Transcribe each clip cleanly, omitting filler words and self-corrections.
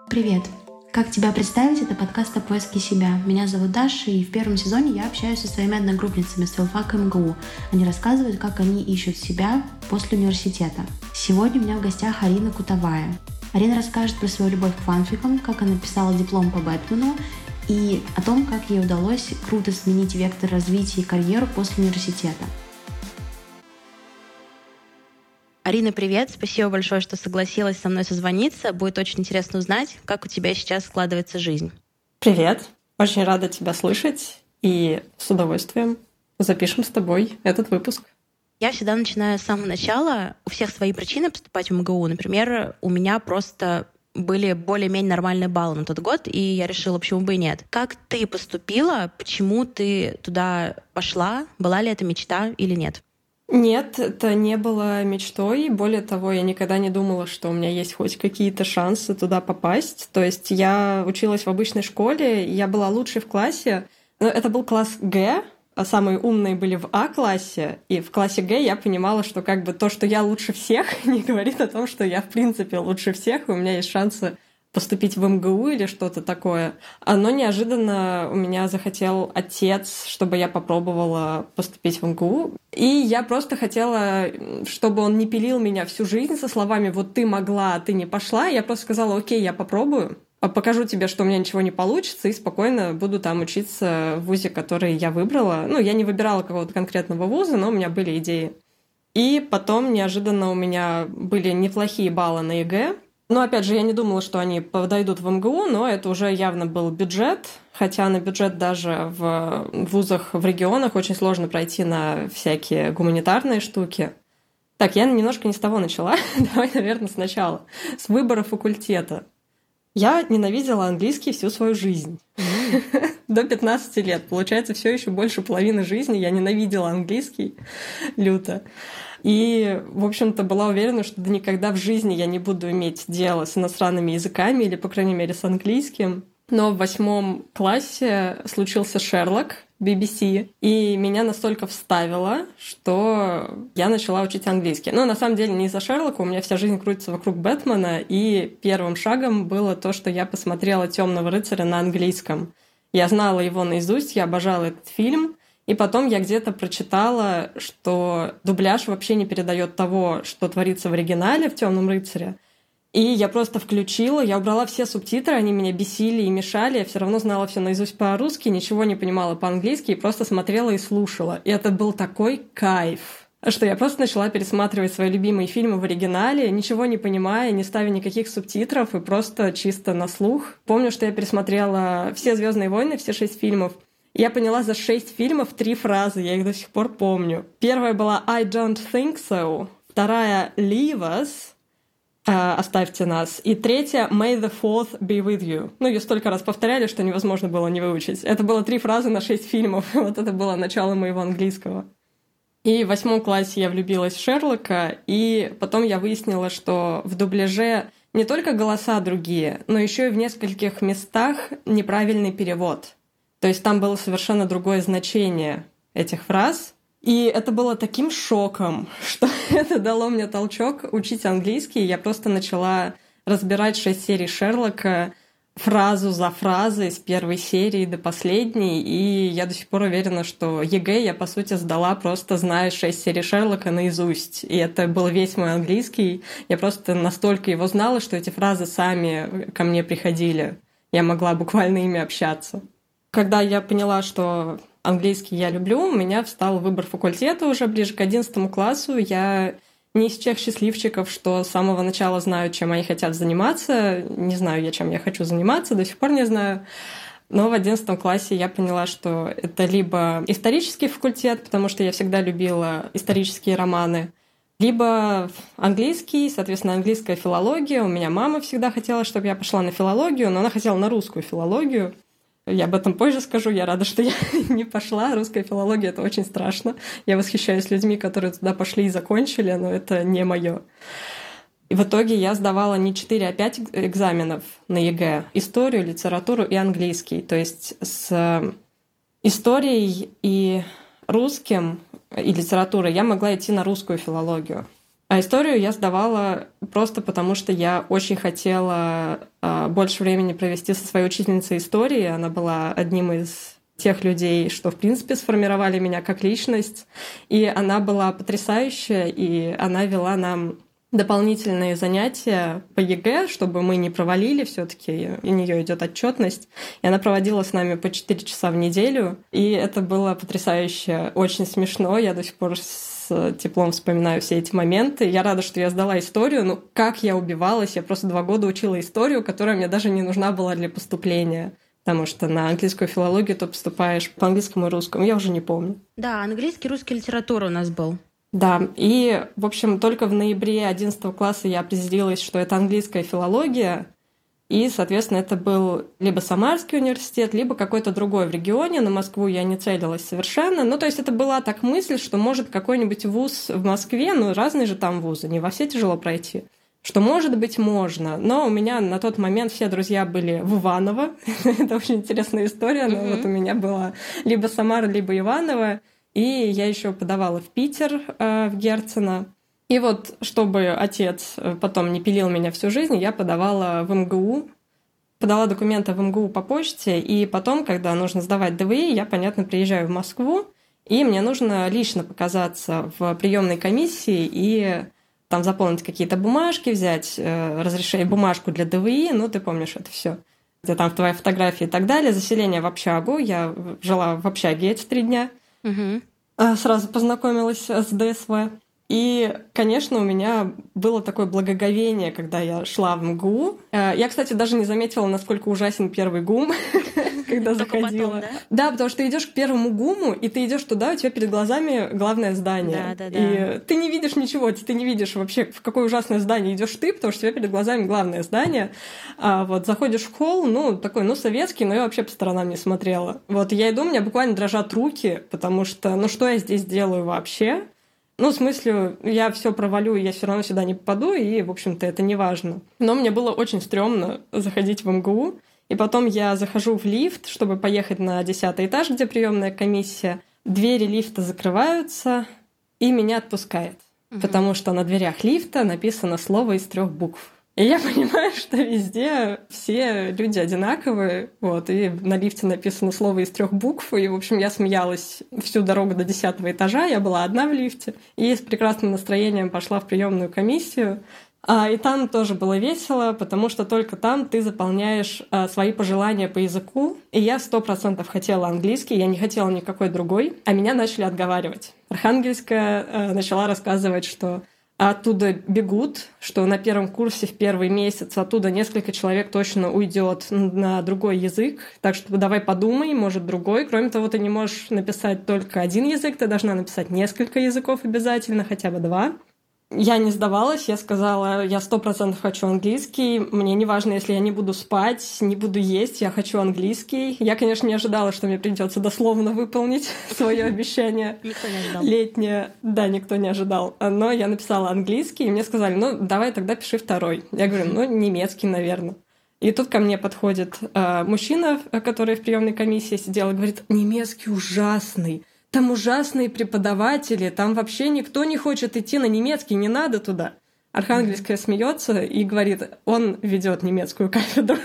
Привет! Как тебя представить? Это подкаст о поиске себя. Меня зовут Даша, и в первом сезоне я общаюсь со своими одногруппницами с филфака МГУ. Они рассказывают, как они ищут себя после университета. Сегодня у меня в гостях Арина Кутовая. Арина расскажет про свою любовь к фанфикам, как она писала диплом по Бэтмену, и о том, как ей удалось круто сменить вектор развития и карьеру после университета. Арина, привет! Спасибо большое, что согласилась со мной созвониться. Будет очень интересно узнать, как у тебя сейчас складывается жизнь. Привет! Очень рада тебя слышать и с удовольствием запишем с тобой этот выпуск. Я всегда начинаю с самого начала. У всех свои причины поступать в МГУ. Например, у меня просто были более-менее нормальные баллы на тот год, и я решила, почему бы и нет. Как ты поступила? Почему ты туда пошла? Была ли это мечта или нет? Нет, это не было мечтой. Более того, я никогда не думала, что у меня есть хоть какие-то шансы туда попасть. То есть я училась в обычной школе, я была лучшей в классе. Но это был класс Г, а самые умные были в А-классе. И в классе Г я понимала, что как бы то, что я лучше всех, не говорит о том, что я в принципе лучше всех, и у меня есть шансы поступить в МГУ или что-то такое. Но неожиданно у меня захотел отец, чтобы я попробовала поступить в МГУ. И я просто хотела, чтобы он не пилил меня всю жизнь со словами «вот ты могла, а ты не пошла». Я просто сказала «окей, я попробую, покажу тебе, что у меня ничего не получится, и спокойно буду там учиться в вузе, который я выбрала». Ну, я не выбирала какого-то конкретного вуза, но у меня были идеи. И потом неожиданно у меня были неплохие баллы на ЕГЭ. Но, опять же, я не думала, что они подойдут в МГУ, но это уже явно был бюджет, хотя на бюджет даже в вузах в регионах очень сложно пройти на всякие гуманитарные штуки. Так, я немножко не с того начала. Давай, наверное, сначала. С выбора факультета. Я ненавидела английский всю свою жизнь. До 15 лет. Получается, все еще больше половины жизни я ненавидела английский люто. И, в общем-то, была уверена, что да никогда в жизни я не буду иметь дело с иностранными языками, или, по крайней мере, с английским. Но в 8 классе случился Шерлок, BBC, и меня настолько вставило, что я начала учить английский. Но на самом деле не из-за Шерлока, у меня вся жизнь крутится вокруг Бэтмена, и первым шагом было то, что я посмотрела «Темного рыцаря» на английском. Я знала его наизусть, я обожала этот фильм. И потом я где-то прочитала, что дубляж вообще не передает того, что творится в оригинале в «Темном рыцаре». И я просто включила, я убрала все субтитры, они меня бесили и мешали, я все равно знала все наизусть по-русски, ничего не понимала по-английски, и просто смотрела и слушала. И это был такой кайф, что я просто начала пересматривать свои любимые фильмы в оригинале, ничего не понимая, не ставя никаких субтитров, и просто чисто на слух. Помню, что я пересмотрела все «Звездные войны», все 6 фильмов. Я поняла за 6 фильмов 3 фразы, я их до сих пор помню. Первая была «I don't think so», вторая «Leave us», «Оставьте нас», и третья «May the fourth be with you». Ну, ее столько раз повторяли, что невозможно было не выучить. Это было 3 фразы на 6 фильмов, вот это было начало моего английского. И в 8 классе я влюбилась в Шерлока, и потом я выяснила, что в дубляже не только голоса другие, но еще и в нескольких местах неправильный перевод. То есть там было совершенно другое значение этих фраз. И это было таким шоком, что это дало мне толчок учить английский. Я просто начала разбирать 6 серий Шерлока фразу за фразой с первой серии до последней. И я до сих пор уверена, что ЕГЭ я, по сути, сдала, просто зная 6 серий Шерлока наизусть. И это был весь мой английский. Я просто настолько его знала, что эти фразы сами ко мне приходили. Я могла буквально ими общаться. Когда я поняла, что английский я люблю, у меня встал выбор факультета уже ближе к 11 классу. Я не из тех счастливчиков, что с самого начала знают, чем они хотят заниматься. Не знаю я, чем я хочу заниматься, до сих пор не знаю. Но в 11 классе я поняла, что это либо исторический факультет, потому что я всегда любила исторические романы, либо английский, соответственно, английская филология. У меня мама всегда хотела, чтобы я пошла на филологию, но она хотела на русскую филологию. Я об этом позже скажу. Я рада, что я не пошла. Русская филология — это очень страшно. Я восхищаюсь людьми, которые туда пошли и закончили, но это не моё. И в итоге я сдавала не 4, а 5 экзаменов на ЕГЭ. Историю, литературу и английский. То есть с историей и русским, и литературой я могла идти на русскую филологию. А историю я сдавала просто потому, что я очень хотела больше времени провести со своей учительницей истории. Она была одним из тех людей, что, в принципе, сформировали меня как личность. И она была потрясающая, и она вела нам дополнительные занятия по ЕГЭ, чтобы мы не провалили, все-таки у нее идет отчетность. И она проводила с нами по 4 часа в неделю. И это было потрясающе, очень смешно. Я до сих пор с теплом вспоминаю все эти моменты. Я рада, что я сдала историю. Ну, как я убивалась? Я просто 2 года учила историю, которая мне даже не нужна была для поступления. Потому что на английскую филологию ты поступаешь по английскому и русскому. Я уже не помню. Да, английский, русский, литература у нас был. Да, и, в общем, только в ноябре 11 класса я определилась, что это английская филология, и, соответственно, это был либо Самарский университет, либо какой-то другой в регионе. На Москву я не целилась совершенно. Ну, то есть это была так мысль, что может какой-нибудь вуз в Москве, ну, разные же там вузы, не во все тяжело пройти, что, может быть, можно. Но у меня на тот момент все друзья были в Иваново. Это очень интересная история, но вот у меня была либо Самара, либо Иваново. И я еще подавала в Питер, в Герцена. И вот, чтобы отец потом не пилил меня всю жизнь, я подавала в МГУ, подала документы в МГУ по почте, и потом, когда нужно сдавать ДВИ, я, понятно, приезжаю в Москву, и мне нужно лично показаться в приемной комиссии и там заполнить какие-то бумажки, взять разрешение, бумажку для ДВИ, ну, ты помнишь это все, где там твоя фотография и так далее, заселение в общагу. Я жила в общаге эти 3 дня. Сразу познакомилась с ДСВ. И, конечно, у меня было такое благоговение, когда я шла в МГУ. Я, кстати, даже не заметила, насколько ужасен первый ГУМ, когда заходила. Потом, да? Да, потому что ты идешь к первому ГУМу, и ты идешь туда, у тебя перед глазами главное здание. Да. И ты не видишь ничего, ты не видишь вообще, в какое ужасное здание идешь ты, потому что у тебя перед глазами главное здание. А вот заходишь в холл, ну, такой, ну, советский, но я вообще по сторонам не смотрела. Вот я иду, у меня буквально дрожат руки, потому что, ну, что я здесь делаю вообще? Ну, в смысле, я все провалю, и я все равно сюда не попаду, и, в общем-то, это не важно. Но мне было очень стрёмно заходить в МГУ, и потом я захожу в лифт, чтобы поехать на 10-й этаж, где приемная комиссия. Двери лифта закрываются, и меня отпускает, потому что на дверях лифта написано слово из 3 букв. И я понимаю, что везде все люди одинаковые, вот, и на лифте написано слово из 3 букв, и, в общем, я смеялась всю дорогу до 10-го этажа, я была одна в лифте, и с прекрасным настроением пошла в приемную комиссию. И там тоже было весело, потому что только там ты заполняешь свои пожелания по языку. И я 100% хотела английский, я не хотела никакой другой, а меня начали отговаривать. Архангельская начала рассказывать, что оттуда бегут, что на первом курсе в первый месяц оттуда несколько человек точно уйдет на другой язык. Так что давай подумай, может, другой. Кроме того, ты не можешь написать только один язык, ты должна написать несколько языков обязательно, хотя бы 2. Я не сдавалась, я сказала, я 100% хочу английский, мне не важно, если я не буду спать, не буду есть, я хочу английский. Я, конечно, не ожидала, что мне придется дословно выполнить свое обещание. Никто не ожидал. Летнее. Да, никто не ожидал. Но я написала английский, и мне сказали, ну, давай тогда пиши 2. Я говорю, ну, немецкий, наверное. И тут ко мне подходит мужчина, который в приемной комиссии сидел, и говорит, немецкий ужасный. Там ужасные преподаватели, там вообще никто не хочет идти на немецкий, не надо туда. Архангельская смеется и говорит, он ведет немецкую кафедру.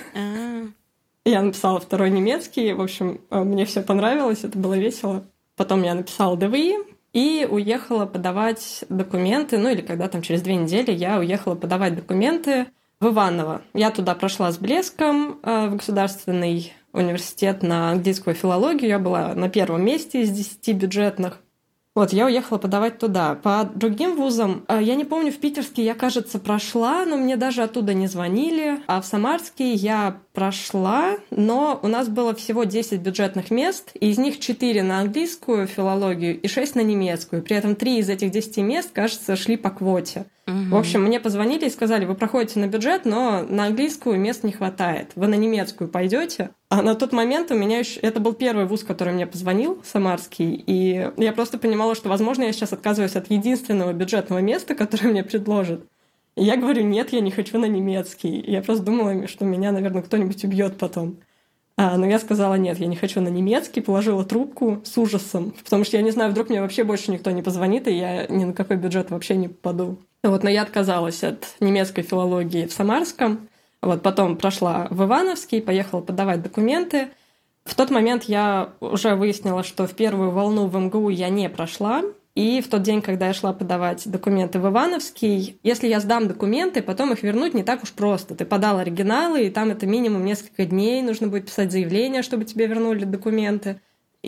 Я написала 2 немецкий, в общем, мне все понравилось, это было весело. Потом я написала ДВИ и уехала подавать документы, ну или когда там через 2 недели я уехала подавать документы в Иваново. Я туда прошла с блеском в государственный университет на английскую филологию. Я была на 1-м месте из 10 бюджетных. Вот, я уехала подавать туда. По другим вузам, я не помню, в питерский я, кажется, прошла, но мне даже оттуда не звонили. А в самарский я прошла, но у нас было всего 10 бюджетных мест, и из них 4 на английскую филологию и 6 на немецкую. При этом 3 из этих 10 мест, кажется, шли по квоте. В общем, мне позвонили и сказали, вы проходите на бюджет, но на английскую мест не хватает. Вы на немецкую пойдете? А на тот момент у меня еще... Это был первый вуз, который мне позвонил, самарский, и я просто понимала, что, возможно, я сейчас отказываюсь от единственного бюджетного места, которое мне предложат. И я говорю, нет, я не хочу на немецкий. И я просто думала, что меня, наверное, кто-нибудь убьет потом. Но я сказала, нет, я не хочу на немецкий, положила трубку с ужасом, потому что я не знаю, вдруг мне вообще больше никто не позвонит, и я ни на какой бюджет вообще не попаду. Но я отказалась от немецкой филологии в Самарском. Потом прошла в Ивановский, поехала подавать документы. В тот момент я уже выяснила, что в первую волну в МГУ я не прошла. И в тот день, когда я шла подавать документы в Ивановский, если я сдам документы, потом их вернуть не так уж просто. Ты подал оригиналы, и там это минимум несколько дней, нужно будет писать заявление, чтобы тебе вернули документы. И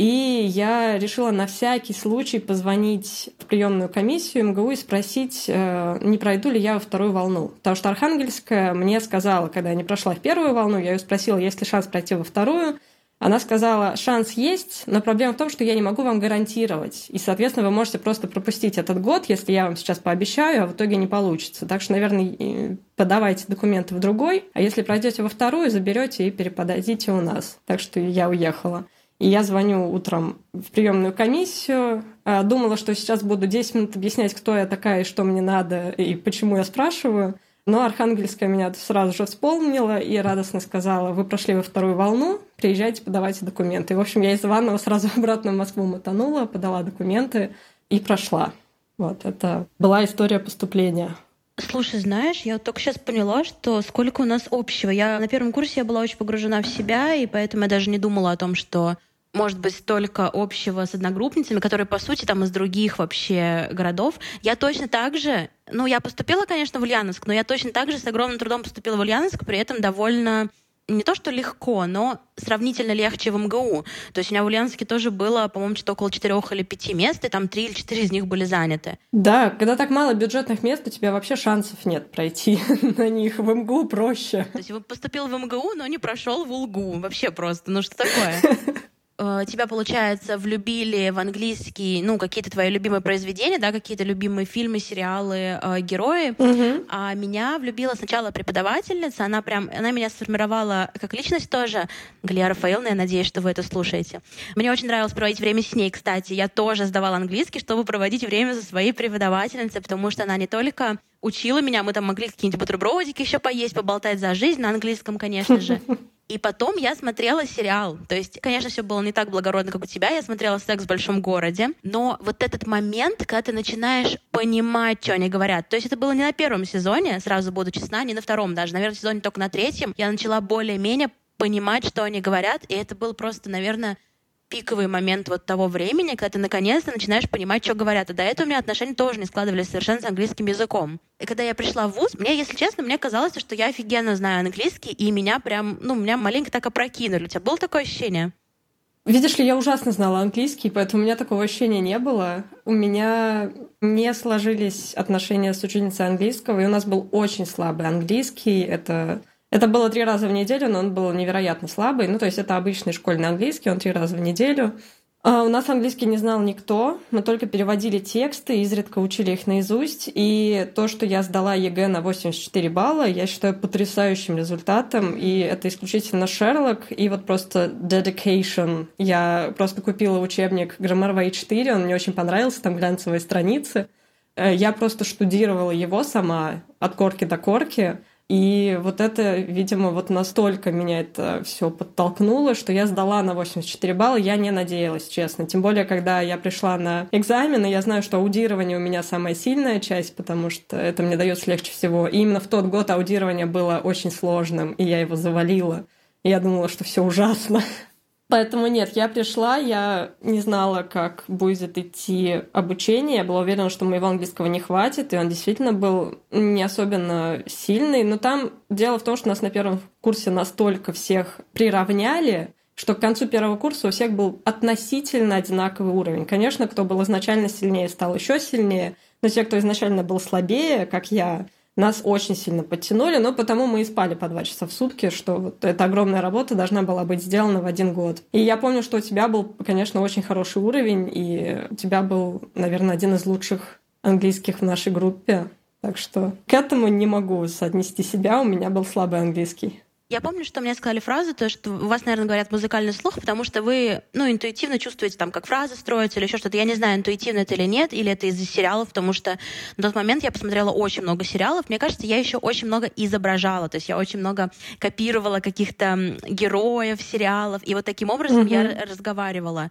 я решила на всякий случай позвонить в приемную комиссию МГУ и спросить, не пройду ли я во вторую волну. Потому что Архангельская мне сказала, когда я не прошла в первую волну, я ее спросила, есть ли шанс пройти во вторую. Она сказала, шанс есть, но проблема в том, что я не могу вам гарантировать. И, соответственно, вы можете просто пропустить этот год, если я вам сейчас пообещаю, а в итоге не получится. Так что, наверное, подавайте документы в другой, а если пройдете во вторую, заберете и переподадите у нас. Так что я уехала. И я звоню утром в приемную комиссию, думала, что сейчас буду 10 минут объяснять, кто я такая и что мне надо, и почему я спрашиваю. Но Архангельская меня сразу же вспомнила и радостно сказала, вы прошли во вторую волну, приезжайте, подавайте документы. И, в общем, я из Иваново сразу обратно в Москву мотанула, подала документы и прошла. Это была история поступления. Слушай, знаешь, я только сейчас поняла, что сколько у нас общего. На первом курсе я была очень погружена в себя, и поэтому я даже не думала о том, что может быть столько общего с одногруппницами, которые, по сути, там из других вообще городов. Я точно так же, я поступила, конечно, в Ульяновск, но я точно так же с огромным трудом поступила в Ульяновск, при этом довольно не то что легко, но сравнительно легче в МГУ. То есть у меня в Ульяновске тоже было, по-моему, что-то около 4 или 5 мест, и там 3 или 4 из них были заняты. Да, когда так мало бюджетных мест, у тебя вообще шансов нет пройти на них. В МГУ проще. То есть поступил в МГУ, но не прошел в УЛГУ. Вообще просто, что такое? Тебя, получается, влюбили в английский, какие-то твои любимые произведения, да, какие-то любимые фильмы, сериалы, герои. А меня влюбила сначала преподавательница, она меня сформировала как личность тоже. Галия Рафаэловна, я надеюсь, что вы это слушаете. Мне очень нравилось проводить время с ней, кстати. Я тоже сдавала английский, чтобы проводить время со своей преподавательницей, потому что она не только учила меня, мы там могли какие-нибудь бутербродики еще поесть, поболтать за жизнь на английском, конечно же. И потом я смотрела сериал. То есть, конечно, все было не так благородно, как у тебя. Я смотрела «Секс в большом городе». Но этот момент, когда ты начинаешь понимать, что они говорят. То есть это было не на первом сезоне, сразу буду честна, не на втором даже. Наверное, сезоне только на третьем. Я начала более-менее понимать, что они говорят. И это был просто, наверное, пиковый момент того времени, когда ты наконец-то начинаешь понимать, что говорят. А до этого у меня отношения тоже не складывались совершенно с английским языком. И когда я пришла в вуз, если честно, мне казалось, что я офигенно знаю английский, и меня меня маленько так опрокинули. У тебя было такое ощущение? Видишь ли, я ужасно знала английский, поэтому у меня такого ощущения не было. У меня не сложились отношения с учительницей английского, и у нас был очень слабый английский. Это было 3 раза в неделю, но он был невероятно слабый. То есть это обычный школьный английский, он 3 раза в неделю. А у нас английский не знал никто. Мы только переводили тексты, изредка учили их наизусть. И то, что я сдала ЕГЭ на 84 балла, я считаю потрясающим результатом. И это исключительно Шерлок и просто dedication. Я просто купила учебник Grammar V4, он мне очень понравился, там глянцевые страницы. Я просто штудировала его сама от корки до корки. И это, видимо, настолько меня это все подтолкнуло, что я сдала на 84 балла, я не надеялась, честно. Тем более, когда я пришла на экзамены, я знаю, что аудирование у меня самая сильная часть, потому что это мне дается легче всего. И именно в тот год аудирование было очень сложным, и я его завалила. И я думала, что все ужасно. Поэтому нет, я пришла, я не знала, как будет идти обучение. Я была уверена, что моего английского не хватит, и он действительно был не особенно сильный. Но там дело в том, что нас на первом курсе настолько всех приравняли, что к концу первого курса у всех был относительно одинаковый уровень. Конечно, кто был изначально сильнее, стал еще сильнее, но те, кто изначально был слабее, как я, нас очень сильно подтянули, но потому мы и спали по 2 часа в сутки, что эта огромная работа должна была быть сделана в 1 год. И я помню, что у тебя был, конечно, очень хороший уровень, и у тебя был, наверное, один из лучших английских в нашей группе. Так что к этому не могу соотнести себя, у меня был слабый английский. Я помню, что мне сказали фразу, то, что у вас, наверное, говорят музыкальный слух, потому что вы, интуитивно чувствуете, там, как фразы строятся или еще что-то. Я не знаю, интуитивно это или нет, или это из-за сериалов, потому что на тот момент я посмотрела очень много сериалов. Мне кажется, я еще очень много изображала, то есть я очень много копировала каких-то героев сериалов, и вот таким образом я разговаривала.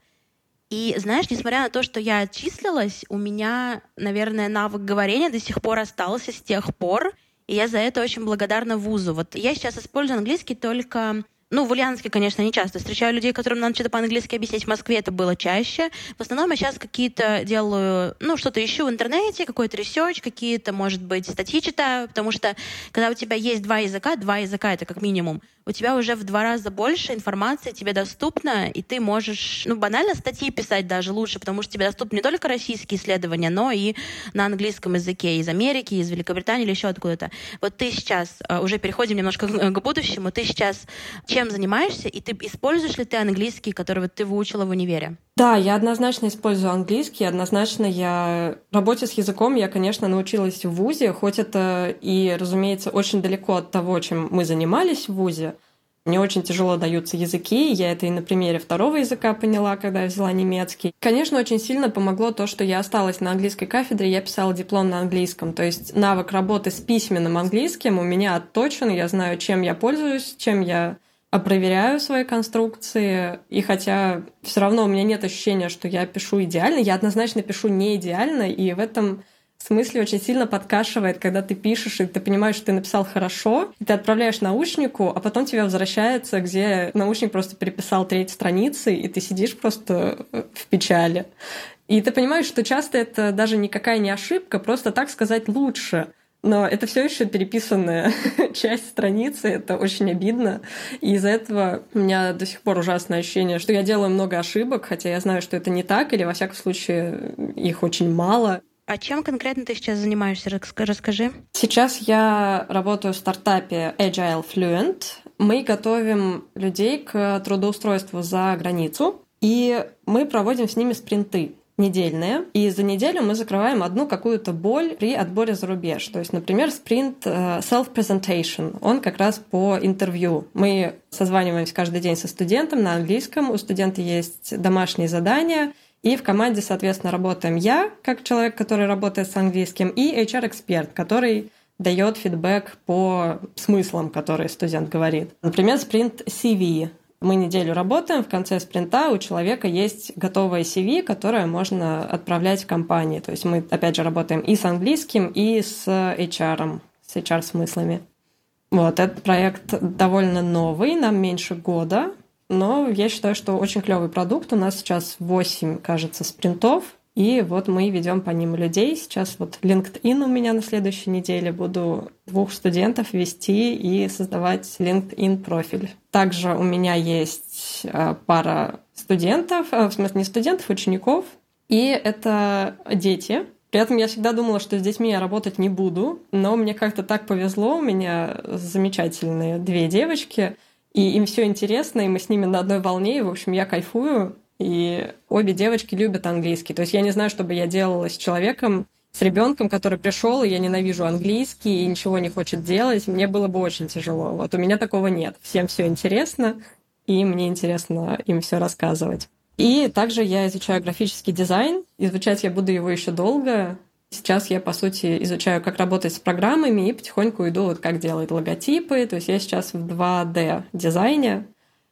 И, знаешь, несмотря на то, что я отчислилась, у меня, наверное, навык говорения до сих пор остался с тех пор, и я за это очень благодарна вузу. Вот я сейчас использую английский только... в Ульяновске, конечно, не часто встречаю людей, которым надо что-то по-английски объяснять. В Москве это было чаще. В основном я сейчас какие-то делаю, что-то ищу в интернете, какой-то ресерч, какие-то, может быть, статьи читаю, потому что когда у тебя есть два языка это как минимум, у тебя уже в 2 раза больше информации тебе доступна, и ты можешь, банально статьи писать даже лучше, потому что тебе доступны не только российские исследования, но и на английском языке из Америки, из Великобритании или еще откуда-то. Вот ты сейчас, уже переходим немножко к будущему, ты сейчас чем занимаешься, и ты используешь ли ты английский, который ты выучила в универе? Да, я однозначно использую английский, однозначно я работе с языком я, конечно, научилась в вузе, хоть это и, разумеется, очень далеко от того, чем мы занимались в вузе. Мне очень тяжело даются языки, я это и на примере второго языка поняла, когда я взяла немецкий. Конечно, очень сильно помогло то, что я осталась на английской кафедре, я писала диплом на английском, то есть навык работы с письменным английским у меня отточен, я знаю, чем я пользуюсь, чем я проверяю свои конструкции, и хотя все равно у меня нет ощущения, что я пишу идеально, я однозначно пишу не идеально, и в этом смысле очень сильно подкашивает, когда ты пишешь, и ты понимаешь, что ты написал хорошо, и ты отправляешь научнику, а потом тебе возвращается, где научник просто переписал 3 страницы, и ты сидишь просто в печали. И ты понимаешь, что часто это даже никакая не ошибка, просто так сказать лучше. Но это все еще переписанная часть страницы, это очень обидно. И из-за этого у меня до сих пор ужасное ощущение, что я делаю много ошибок, хотя я знаю, что это не так, или во всяком случае их очень мало. А чем конкретно ты сейчас занимаешься? Расскажи. Сейчас я работаю в стартапе Agile Fluent. Мы готовим людей к трудоустройству за границу, и мы проводим с ними спринты недельные, и за неделю мы закрываем одну какую-то боль при отборе за рубеж. То есть, например, спринт self-presentation, он как раз по интервью. Мы созваниваемся каждый день со студентом на английском, у студента есть домашние задания, и в команде, соответственно, работаем я, как человек, который работает с английским, и HR-эксперт, который дает фидбэк по смыслам, которые студент говорит. Например, спринт CV. Мы неделю работаем, в конце спринта у человека есть готовое CV, которое можно отправлять в компании. То есть мы, опять же, работаем и с английским, и с HR, с HR-смыслами. Вот, этот проект довольно новый, нам меньше года, но я считаю, что очень клевый продукт. У нас сейчас 8, кажется, спринтов, и вот мы ведем по ним людей. Сейчас вот LinkedIn у меня на следующей неделе. Буду 2 студентов вести и создавать LinkedIn профиль. Также у меня есть пара студентов, в смысле не студентов, учеников, и это дети. При этом я всегда думала, что с детьми я работать не буду, но мне как-то так повезло, у меня замечательные 2 девочки, и им все интересно, и мы с ними на одной волне, и, в общем, я кайфую. И обе девочки любят английский. То есть я не знаю, что бы я делала с человеком, с ребенком, который пришел, и я ненавижу английский, и ничего не хочет делать. Мне было бы очень тяжело. Вот у меня такого нет. Всем все интересно, и мне интересно им все рассказывать. И также я изучаю графический дизайн. Изучать я буду его еще долго. Сейчас я, по сути, изучаю, как работать с программами, и потихоньку иду, вот как делать логотипы. То есть я сейчас в 2D-дизайне.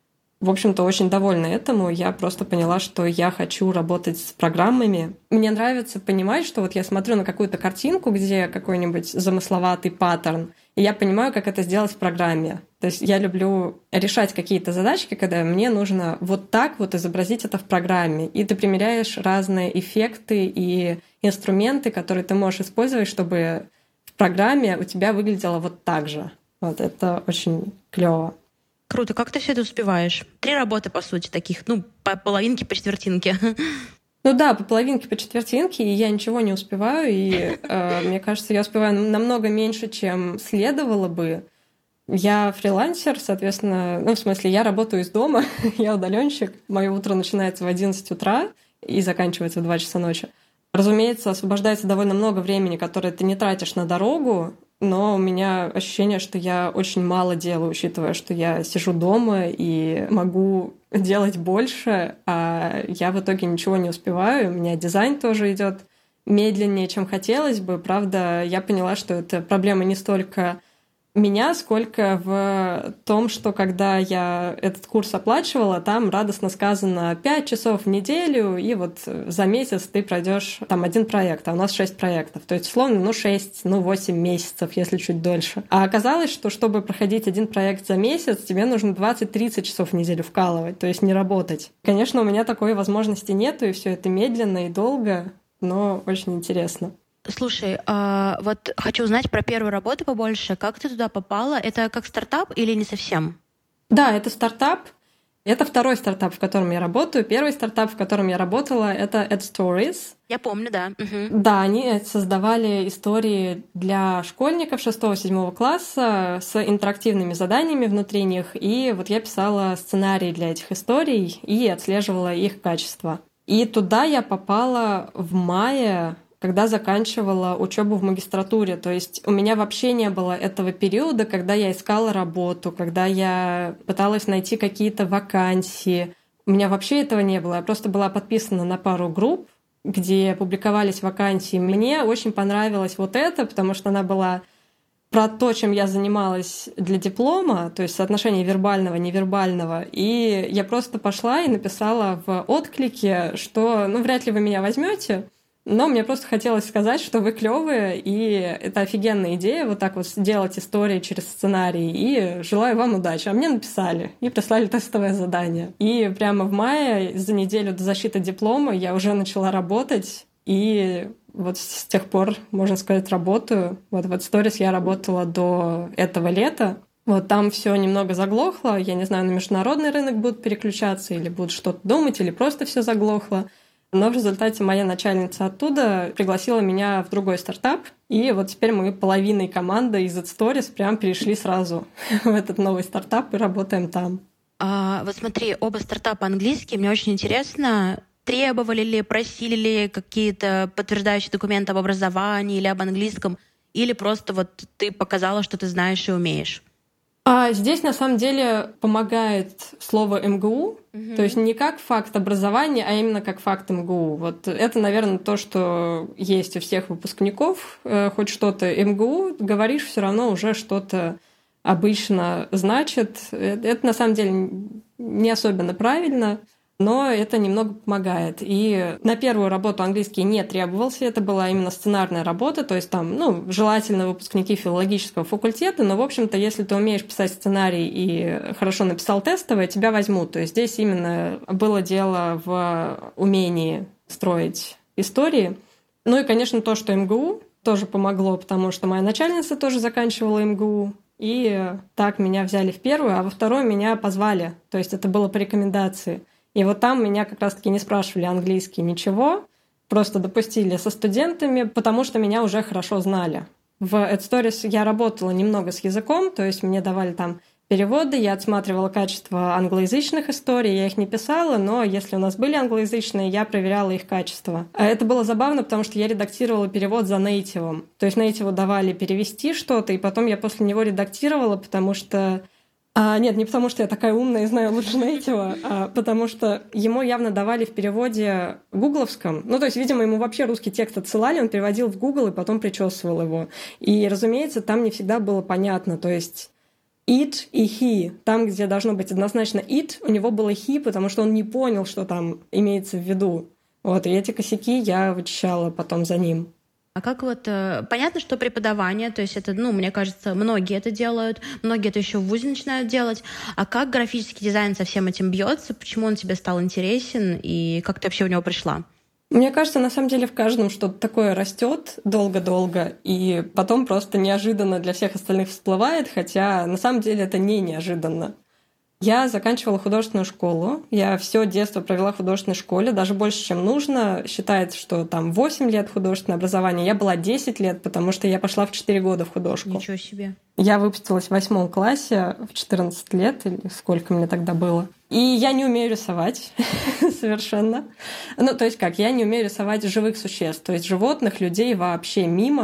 В общем-то, очень довольна этому. Я просто поняла, что я хочу работать с программами. Мне нравится понимать, что вот я смотрю на какую-то картинку, где какой-нибудь замысловатый паттерн, и я понимаю, как это сделать в программе. То есть я люблю решать какие-то задачки, когда мне нужно вот так вот изобразить это в программе. И ты примеряешь разные эффекты и инструменты, которые ты можешь использовать, чтобы в программе у тебя выглядело вот так же. Вот это очень клево. Круто. Как ты все это успеваешь? 3 работы, по сути, таких, по половинке, по четвертинке. Ну да, по половинке, по четвертинке, и я ничего не успеваю, и мне кажется, я успеваю намного меньше, чем следовало бы. Я фрилансер, соответственно, в смысле, я работаю из дома, я удаленщик. Мое утро начинается в 11 утра и заканчивается в 2 часа ночи. Разумеется, освобождается довольно много времени, которое ты не тратишь на дорогу. но у меня ощущение, что я очень мало делаю, учитывая, что я сижу дома и могу делать больше, а я в итоге ничего не успеваю. У меня дизайн тоже идет медленнее, чем хотелось бы. Правда, я поняла, что это проблема не столько меня, сколько в том, что когда я этот курс оплачивала, там радостно сказано 5 часов в неделю, и вот за месяц ты пройдешь там 1 проект, а у нас 6 проектов. То есть, условно, 6, 8 месяцев, если чуть дольше. А оказалось, что чтобы проходить 1 проект за месяц, тебе нужно 20-30 часов в неделю вкалывать, то есть не работать. Конечно, у меня такой возможности нету, и все это медленно и долго, но очень интересно. Слушай, вот хочу узнать про первую работу побольше. Как ты туда попала? Это как стартап или не совсем? Да, это стартап. Это второй стартап, в котором я работаю. Первый стартап, в котором я работала, это AdStories. Я помню, да. Угу. Да, они создавали истории для школьников 6-7 класса с интерактивными заданиями внутри них. И вот я писала сценарий для этих историй и отслеживала их качество. И туда я попала в мае, когда заканчивала учебу в магистратуре. То есть у меня вообще не было этого периода, когда я искала работу, когда я пыталась найти какие-то вакансии. У меня вообще этого не было. Я просто была подписана на пару групп, где публиковались вакансии. Мне очень понравилось вот это, потому что она была про то, чем я занималась для диплома, то есть соотношение вербального, невербального. И я просто пошла и написала в отклике, что вряд ли вы меня возьмете. Но мне просто хотелось сказать, что вы клевые, и это офигенная идея вот так вот делать истории через сценарий, и желаю вам удачи. А мне написали и прислали тестовое задание. И прямо в мае, за неделю до защиты диплома, я уже начала работать, и вот с тех пор, можно сказать, работаю. Вот в AdStories я работала до этого лета. Вот там все немного заглохло. Я не знаю, на международный рынок будут переключаться, или будут что-то думать, или просто все заглохло. Но в результате моя начальница оттуда пригласила меня в другой стартап, и вот теперь мы половиной команды из AdStories прям перешли сразу в этот новый стартап и работаем там. Вот смотри, оба стартапа английские. Мне очень интересно, требовали ли, просили ли какие-то подтверждающие документы об образовании или об английском, или просто вот ты показала, что ты знаешь и умеешь? Здесь на самом деле помогает слово МГУ, то есть не как факт образования, а именно как факт МГУ. Вот это, наверное, то, что есть у всех выпускников, хоть что-то МГУ, говоришь, все равно уже что-то обычно значит. Это на самом деле не особенно правильно, но это немного помогает. И на первую работу английский не требовался, это была именно сценарная работа, то есть там, желательно выпускники филологического факультета, но, в общем-то, если ты умеешь писать сценарий и хорошо написал тестовое, тебя возьмут. То есть здесь именно было дело в умении строить истории. Ну и, конечно, то, что МГУ тоже помогло, потому что моя начальница тоже заканчивала МГУ, и так меня взяли в первую, а во вторую меня позвали, то есть это было по рекомендации. И вот там меня как раз-таки не спрашивали английский ничего, просто допустили со студентами, потому что меня уже хорошо знали. В AdStories я работала немного с языком, то есть мне давали там переводы, я отсматривала качество англоязычных историй, я их не писала, но если у нас были англоязычные, я проверяла их качество. А это было забавно, потому что я редактировала перевод за нейтивом. То есть нейтиву давали перевести что-то, и потом я после него редактировала, потому что... Нет, не потому что я такая умная и знаю лучше нейтива, а потому что ему явно давали в переводе гугловском. То есть, видимо, ему вообще русский текст отсылали, он переводил в Google и потом причесывал его. И, разумеется, там не всегда было понятно. То есть it и he. Там, где должно быть однозначно it, у него было he, потому что он не понял, что там имеется в виду. Вот, и эти косяки я вычищала потом за ним. А как вот... Понятно, что преподавание, то есть это, мне кажется, многие это делают, многие это еще в вузе начинают делать. А как графический дизайн со всем этим бьется? Почему он тебе стал интересен? И как ты вообще в него пришла? Мне кажется, на самом деле в каждом что-то такое растет долго-долго, и потом просто неожиданно для всех остальных всплывает, хотя на самом деле это не неожиданно. Я заканчивала художественную школу. Я все детство провела в художественной школе, даже больше, чем нужно. Считается, что там 8 лет художественное образование. Я была 10 лет, потому что я пошла в 4 года в художку. Ничего себе. Я выпустилась в 8 классе в 14 лет, или сколько мне тогда было. И я не умею рисовать совершенно. То есть как? Я не умею рисовать живых существ. То есть животных, людей вообще мимо.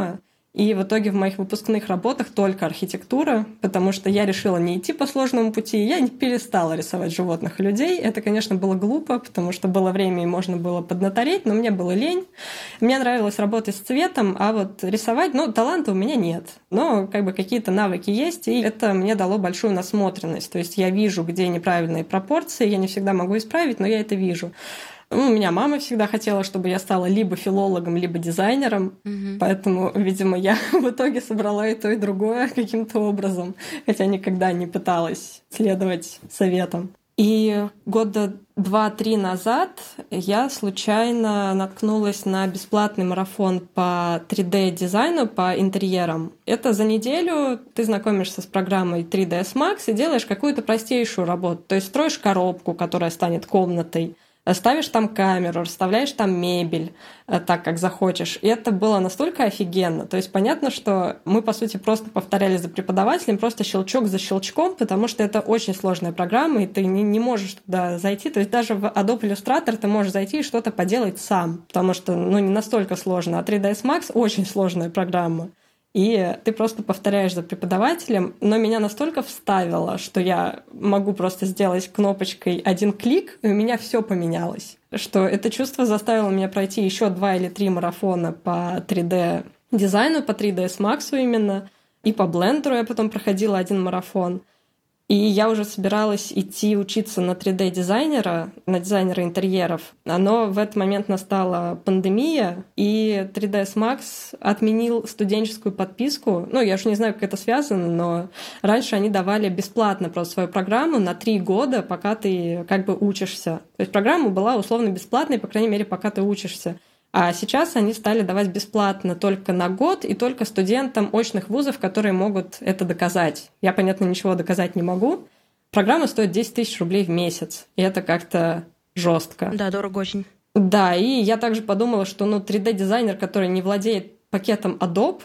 И в итоге в моих выпускных работах только архитектура, потому что я решила не идти по сложному пути, я не перестала рисовать животных и людей. Это, конечно, было глупо, потому что было время и можно было поднатореть, но мне было лень. Мне нравилось работать с цветом, а вот рисовать, таланта у меня нет. Но какие-то навыки есть, и это мне дало большую насмотренность. То есть я вижу, где неправильные пропорции, я не всегда могу исправить, но я это вижу. У меня мама всегда хотела, чтобы я стала либо филологом, либо дизайнером, поэтому, видимо, я в итоге собрала и то, и другое каким-то образом, хотя никогда не пыталась следовать советам. И года 2-3 назад я случайно наткнулась на бесплатный марафон по 3D-дизайну, по интерьерам. Это за неделю ты знакомишься с программой 3ds Max и делаешь какую-то простейшую работу. То есть строишь коробку, которая станет комнатой, ставишь там камеру, расставляешь там мебель так, как захочешь. И это было настолько офигенно. То есть понятно, что мы, по сути, просто повторяли за преподавателем, просто щелчок за щелчком, потому что это очень сложная программа, и ты не можешь туда зайти. То есть даже в Adobe Illustrator ты можешь зайти и что-то поделать сам, потому что не настолько сложно. А 3ds Max очень сложная программа. И ты просто повторяешь за преподавателем, но меня настолько вставило, что я могу просто сделать кнопочкой один клик, и у меня все поменялось. Что это чувство заставило меня пройти еще 2 или 3 марафона по 3D-дизайну, по 3ds Max именно, и по Blender я потом проходила 1 марафон. И я уже собиралась идти учиться на 3D-дизайнера, на дизайнера интерьеров. Но в этот момент настала пандемия, и 3ds Max отменил студенческую подписку. Я уж не знаю, как это связано, но раньше они давали бесплатно просто свою программу на 3 года, пока ты учишься. То есть программа была условно бесплатной, по крайней мере, пока ты учишься. А сейчас они стали давать бесплатно только на год и только студентам очных вузов, которые могут это доказать. Я, понятно, ничего доказать не могу. Программа стоит 10 тысяч рублей в месяц, и это как-то жестко. Да, дорого очень. Да, и я также подумала, что 3D-дизайнер, который не владеет пакетом Adobe,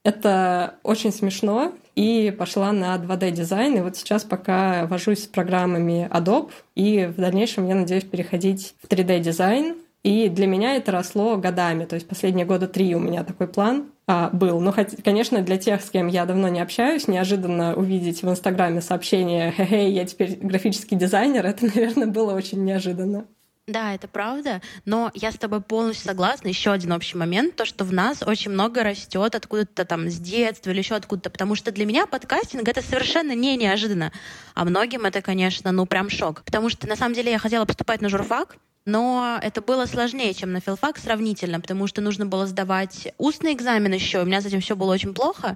это очень смешно, и пошла на 2D-дизайн. И вот сейчас пока вожусь с программами Adobe, и в дальнейшем я надеюсь переходить в 3D-дизайн. И для меня это росло годами. То есть последние 3 года у меня такой план был. Но, конечно, для тех, с кем я давно не общаюсь, неожиданно увидеть в Инстаграме сообщение «Хе-хей, я теперь графический дизайнер», это, наверное, было очень неожиданно. Да, это правда, но я с тобой полностью согласна. Еще один общий момент, то, что в нас очень много растет откуда-то там с детства или еще откуда-то, потому что для меня подкастинг — это совершенно не неожиданно, а многим это, конечно, прям шок. Потому что, на самом деле, я хотела поступать на журфак, но это было сложнее, чем на филфак сравнительно, потому что нужно было сдавать устный экзамен еще, у меня с этим все было очень плохо,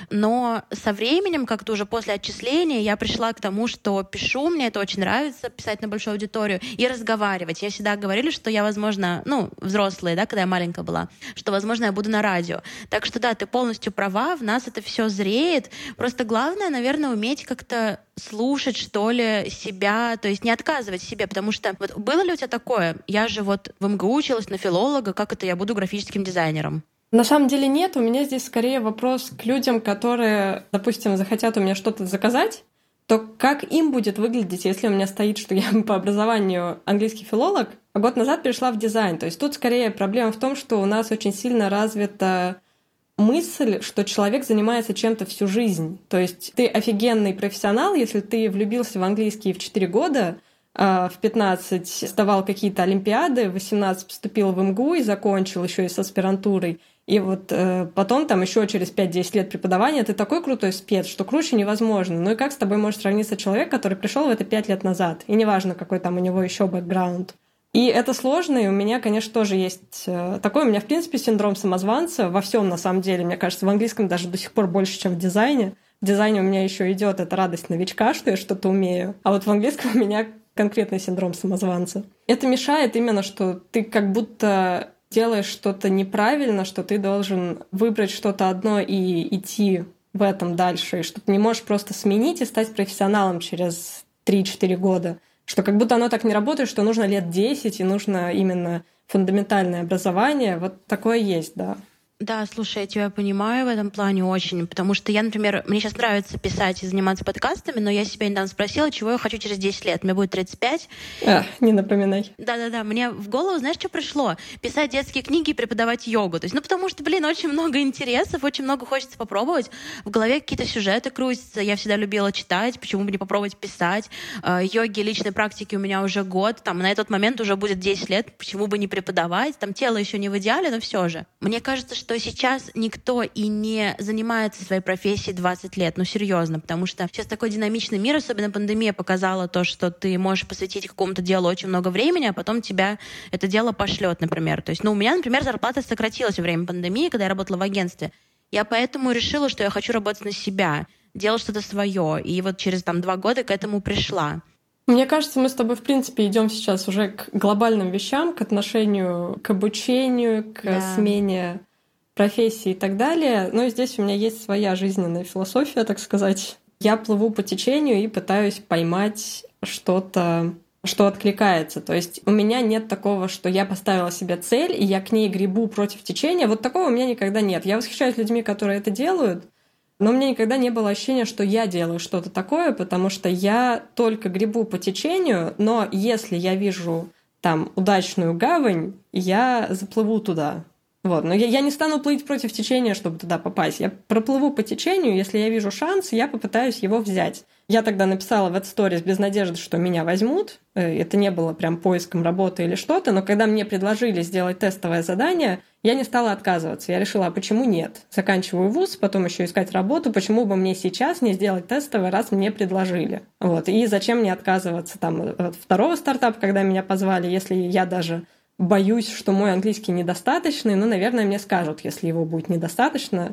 но со временем, как-то уже после отчисления, я пришла к тому, что пишу, мне это очень нравится, писать на большую аудиторию и разговаривать. Я всегда говорила, что я, возможно, взрослая, да, когда я маленькая была, что, возможно, я буду на радио. Так что да, ты полностью права, в нас это все зреет. Просто главное, наверное, уметь как-то слушать, что ли, себя, то есть не отказывать себе, потому что вот было ли у тебя такое? Я же в МГУ училась на филолога, как это я буду графическим дизайнером? На самом деле нет, у меня здесь скорее вопрос к людям, которые, допустим, захотят у меня что-то заказать, то как им будет выглядеть, если у меня стоит, что я по образованию английский филолог, а год назад перешла в дизайн. То есть тут скорее проблема в том, что у нас очень сильно развита мысль, что человек занимается чем-то всю жизнь. То есть ты офигенный профессионал, если ты влюбился в английский в 4 года, в 15 сдавал какие-то олимпиады, в 18 поступил в МГУ и закончил еще и с аспирантурой. И потом там еще через 5-10 лет преподавания ты такой крутой спец, что круче невозможно. Ну и как с тобой может сравниться человек, который пришел в это 5 лет назад? И неважно, какой там у него еще бэкграунд. И это сложно, и у меня, конечно, тоже есть такой. У меня, в принципе, синдром самозванца во всем на самом деле. Мне кажется, в английском даже до сих пор больше, чем в дизайне. В дизайне у меня еще идет эта радость новичка, что я что-то умею. А вот в английском у меня конкретный синдром самозванца. Это мешает именно, что ты как будто делаешь что-то неправильно, что ты должен выбрать что-то одно и идти в этом дальше, и что ты не можешь просто сменить и стать профессионалом через 3-4 года. Что как будто оно так не работает, что нужно лет 10, и нужно именно фундаментальное образование. Вот такое есть, да. Да, слушай, я тебя понимаю в этом плане очень, потому что я, например, мне сейчас нравится писать и заниматься подкастами, но я себя недавно спросила, чего я хочу через 10 лет. Мне будет 35. Не напоминай. Да-да-да, мне в голову, знаешь, что пришло? Писать детские книги и преподавать йогу. То есть, потому что, очень много интересов, очень много хочется попробовать. В голове какие-то сюжеты крутятся. Я всегда любила читать, почему бы не попробовать писать. Йоги, личной практики у меня уже год. На этот момент уже будет 10 лет, почему бы не преподавать. Тело еще не в идеале, но все же. Мне кажется, что сейчас никто и не занимается своей профессией 20 лет. Серьезно, потому что сейчас такой динамичный мир, особенно пандемия показала то, что ты можешь посвятить какому-то делу очень много времени, а потом тебя это дело пошлет, например. То есть, у меня, например, зарплата сократилась во время пандемии, когда я работала в агентстве. Я поэтому решила, что я хочу работать на себя, делать что-то свое. И через 2 года к этому пришла. Мне кажется, мы с тобой, в принципе, идем сейчас уже к глобальным вещам, к отношению к обучению, к смене профессии и так далее. Но здесь у меня есть своя жизненная философия, так сказать. Я плыву по течению и пытаюсь поймать что-то, что откликается. То есть у меня нет такого, что я поставила себе цель, и я к ней гребу против течения. Вот такого у меня никогда нет. Я восхищаюсь людьми, которые это делают, но у меня никогда не было ощущения, что я делаю что-то такое, потому что я только гребу по течению, но если я вижу там удачную гавань, я заплыву туда. Но я не стану плыть против течения, чтобы туда попасть. Я проплыву по течению, если я вижу шанс, я попытаюсь его взять. Я тогда написала в этот сторис без надежды, что меня возьмут. Это не было прям поиском работы или что-то, но когда мне предложили сделать тестовое задание, я не стала отказываться. Я решила, а почему нет? Заканчиваю вуз, потом еще искать работу, почему бы мне сейчас не сделать тестовое, раз мне предложили? И зачем мне отказываться от второго стартапа, когда меня позвали, если я даже боюсь, что мой английский недостаточный, наверное, мне скажут, если его будет недостаточно.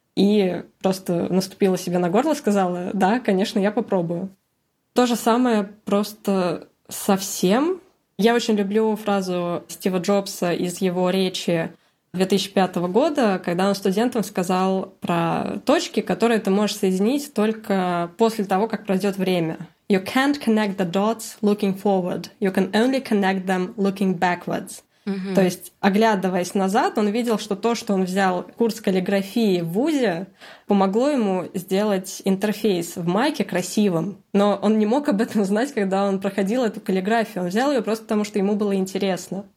И просто наступила себе на горло, сказала, да, конечно, я попробую. То же самое просто совсем. Я очень люблю фразу Стива Джобса из его речи 2005 года, когда он студентам сказал про точки, которые ты можешь соединить только после того, как пройдет время. You can't connect the dots looking forward. You can only connect them looking backwards. То есть, оглядываясь назад, он видел, что то, что он взял курс каллиграфии в вузе, помогло ему сделать интерфейс в майке красивым. Но он не мог об этом знать, когда он проходил эту каллиграфию. Он взял ее просто потому, что ему было интересно.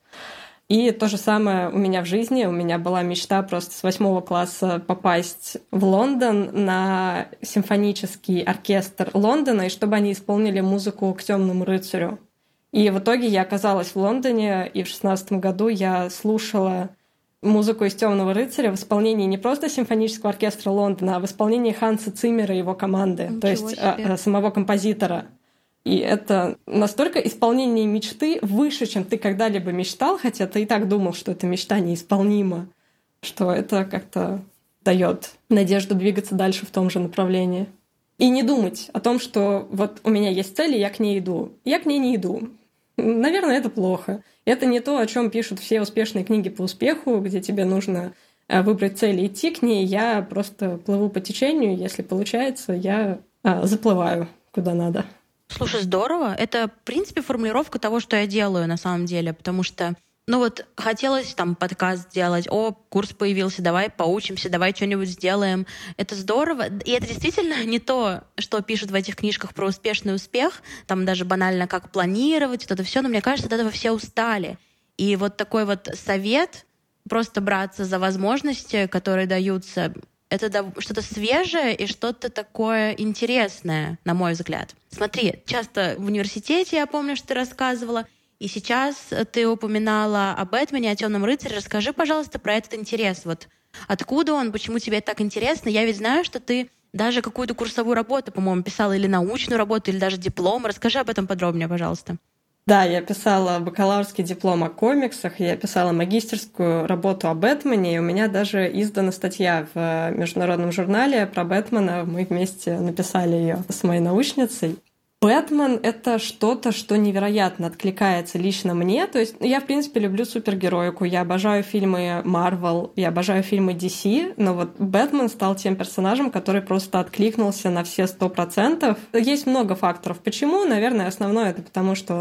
И то же самое у меня в жизни. У меня была мечта просто с 8 класса попасть в Лондон на симфонический оркестр Лондона, и чтобы они исполнили музыку к «Темному рыцарю». И в итоге я оказалась в Лондоне, и в 2016 году я слушала музыку из «Темного рыцаря» в исполнении не просто симфонического оркестра Лондона, а в исполнении Ханса Циммера и его команды, то есть самого композитора. И это настолько исполнение мечты выше, чем ты когда-либо мечтал, хотя ты и так думал, что эта мечта неисполнима, что это как-то дает надежду двигаться дальше в том же направлении. И не думать о том, что у меня есть цель, и я к ней иду. Я к ней не иду. Наверное, это плохо. Это не то, о чем пишут все успешные книги по успеху, где тебе нужно выбрать цель и идти к ней. Я просто плыву по течению. Если получается, я заплываю куда надо. Слушай, здорово. Это, в принципе, формулировка того, что я делаю на самом деле, потому что хотелось подкаст сделать, курс появился, давай поучимся, давай что-нибудь сделаем. Это здорово. И это действительно не то, что пишут в этих книжках про успешный успех, там даже банально как планировать, это все, но мне кажется, от этого все устали. И такой совет, просто браться за возможности, которые даются, это что-то свежее и что-то такое интересное, на мой взгляд. Смотри, часто в университете, я помню, что ты рассказывала, и сейчас ты упоминала о Бэтмене, о «Темном рыцаре». Расскажи, пожалуйста, про этот интерес. Откуда он, почему тебе это так интересно? Я ведь знаю, что ты даже какую-то курсовую работу, по-моему, писала, или научную работу, или даже диплом. Расскажи об этом подробнее, пожалуйста. Да, я писала бакалаврский диплом о комиксах, я писала магистерскую работу о Бэтмене, и у меня даже издана статья в международном журнале про Бэтмена. Мы вместе написали ее с моей научницей. Бэтмен — это что-то, что невероятно откликается лично мне. То есть я, в принципе, люблю супергероику. Я обожаю фильмы Marvel, я обожаю фильмы DC, но Бэтмен стал тем персонажем, который просто откликнулся на все 100%. Есть много факторов. Почему? Наверное, основное — это потому, что он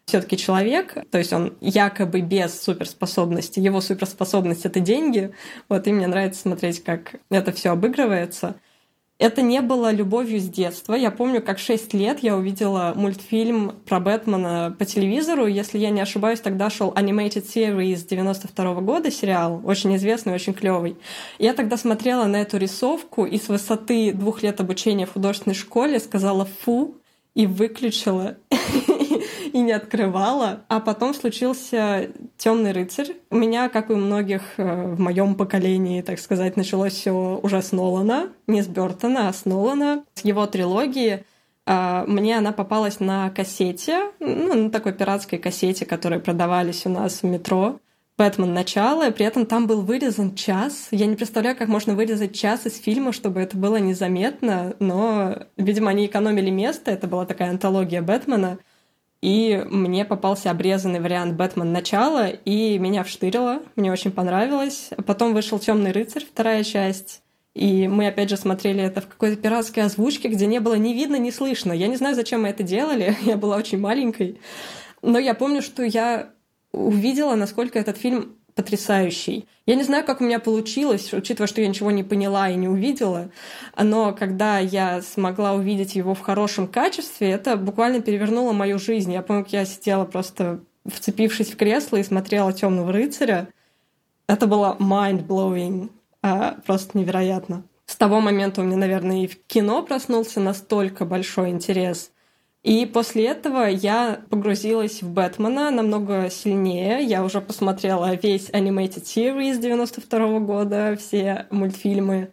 все-таки человек, то есть он якобы без суперспособности, его суперспособность — это деньги. Вот, и мне нравится смотреть, как это все обыгрывается. Это не было любовью с детства. Я помню, как в 6 лет я увидела мультфильм про Бэтмена по телевизору. Если я не ошибаюсь, тогда шел Animated Series 92 года, сериал, очень известный, очень клевый. Я тогда смотрела на эту рисовку и с высоты 2 лет обучения в художественной школе сказала «фу» и выключила и не открывала. А потом случился «Темный рыцарь». У меня, как и у многих в моем поколении, так сказать, началось все уже с Нолана, не с Бёртона, а с Нолана, с его трилогии. Мне она попалась на кассете, на такой пиратской кассете, которые продавались у нас в метро. «Бэтмен. Начало», и при этом там был вырезан час. Я не представляю, как можно вырезать час из фильма, чтобы это было незаметно, но, видимо, они экономили место, это была такая антология Бэтмена, и мне попался обрезанный вариант «Бэтмен. Начало», и меня вштырило, мне очень понравилось. Потом вышел «Темный рыцарь», 2 часть, и мы, опять же, смотрели это в какой-то пиратской озвучке, где не было ни видно, ни слышно. Я не знаю, зачем мы это делали, я была очень маленькой, но я помню, что я увидела, насколько этот фильм потрясающий. Я не знаю, как у меня получилось, учитывая, что я ничего не поняла и не увидела, но когда я смогла увидеть его в хорошем качестве, это буквально перевернуло мою жизнь. Я помню, как я сидела просто вцепившись в кресло и смотрела «Темного рыцаря». Это было mind-blowing, просто невероятно. С того момента у меня, наверное, и в кино проснулся настолько большой интерес. И после этого я погрузилась в Бэтмена намного сильнее. Я уже посмотрела весь Animated Series 92 года, все мультфильмы.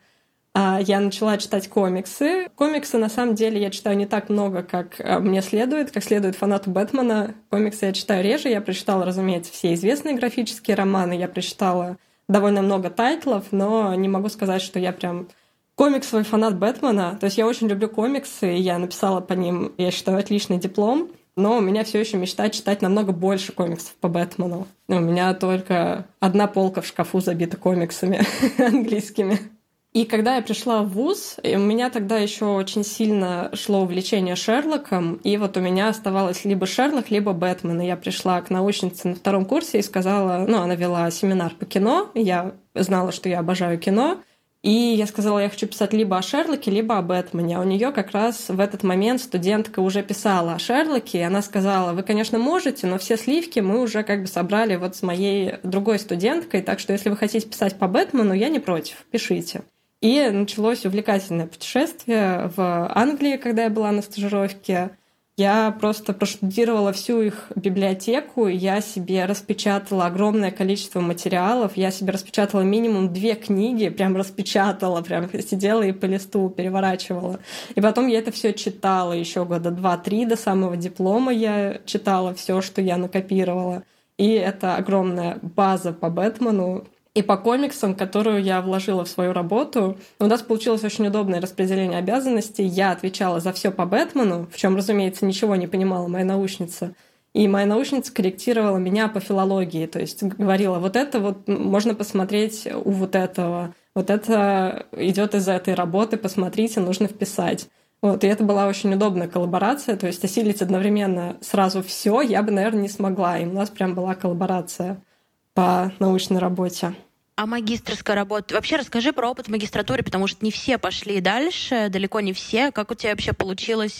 Я начала читать комиксы. Комиксы, на самом деле, я читаю не так много, как мне следует, как следует фанату Бэтмена. Комиксы я читаю реже. Я прочитала, разумеется, все известные графические романы. Я прочитала довольно много тайтлов, но не могу сказать, что я прям комиксовый фанат Бэтмена. То есть я очень люблю комиксы, я написала по ним, я считаю, отличный диплом, но у меня все еще мечта читать намного больше комиксов по Бэтмену. У меня только одна полка в шкафу забита комиксами английскими. И когда я пришла в вуз, у меня тогда еще очень сильно шло увлечение Шерлоком, и вот у меня оставалось либо Шерлок, либо Бэтмен. И я пришла к научнице на 2 курсе и сказала, она вела семинар по кино, я знала, что я обожаю кино, и я сказала, я хочу писать либо о Шерлоке, либо о Бэтмене. А у нее как раз в этот момент студентка уже писала о Шерлоке, и она сказала, вы, конечно, можете, но все сливки мы уже как бы собрали вот с моей другой студенткой, так что если вы хотите писать по Бэтмену, я не против, пишите. И началось увлекательное путешествие в Англии, когда я была на стажировке. Я просто проштудировала всю их библиотеку, я себе распечатала огромное количество материалов, я себе распечатала минимум 2 книги, прям распечатала, прям сидела и по листу переворачивала. И потом я это все читала еще года 2-3 до самого диплома я читала все, что я накопировала. И это огромная база по Бэтмену и по комиксам, которую я вложила в свою работу. У нас получилось очень удобное распределение обязанностей. Я отвечала за все по Бэтмену, в чем, разумеется, ничего не понимала моя научница. И моя научница корректировала меня по филологии, то есть говорила, вот это вот можно посмотреть у вот этого, вот это идет из этой работы, посмотрите, нужно вписать. Вот, и это была очень удобная коллаборация, то есть осилить одновременно сразу все я бы, наверное, не смогла. И у нас прям была коллаборация по научной работе. А магистерская работа? Вообще расскажи про опыт в магистратуре, потому что не все пошли дальше, далеко не все. Как у тебя вообще получилось?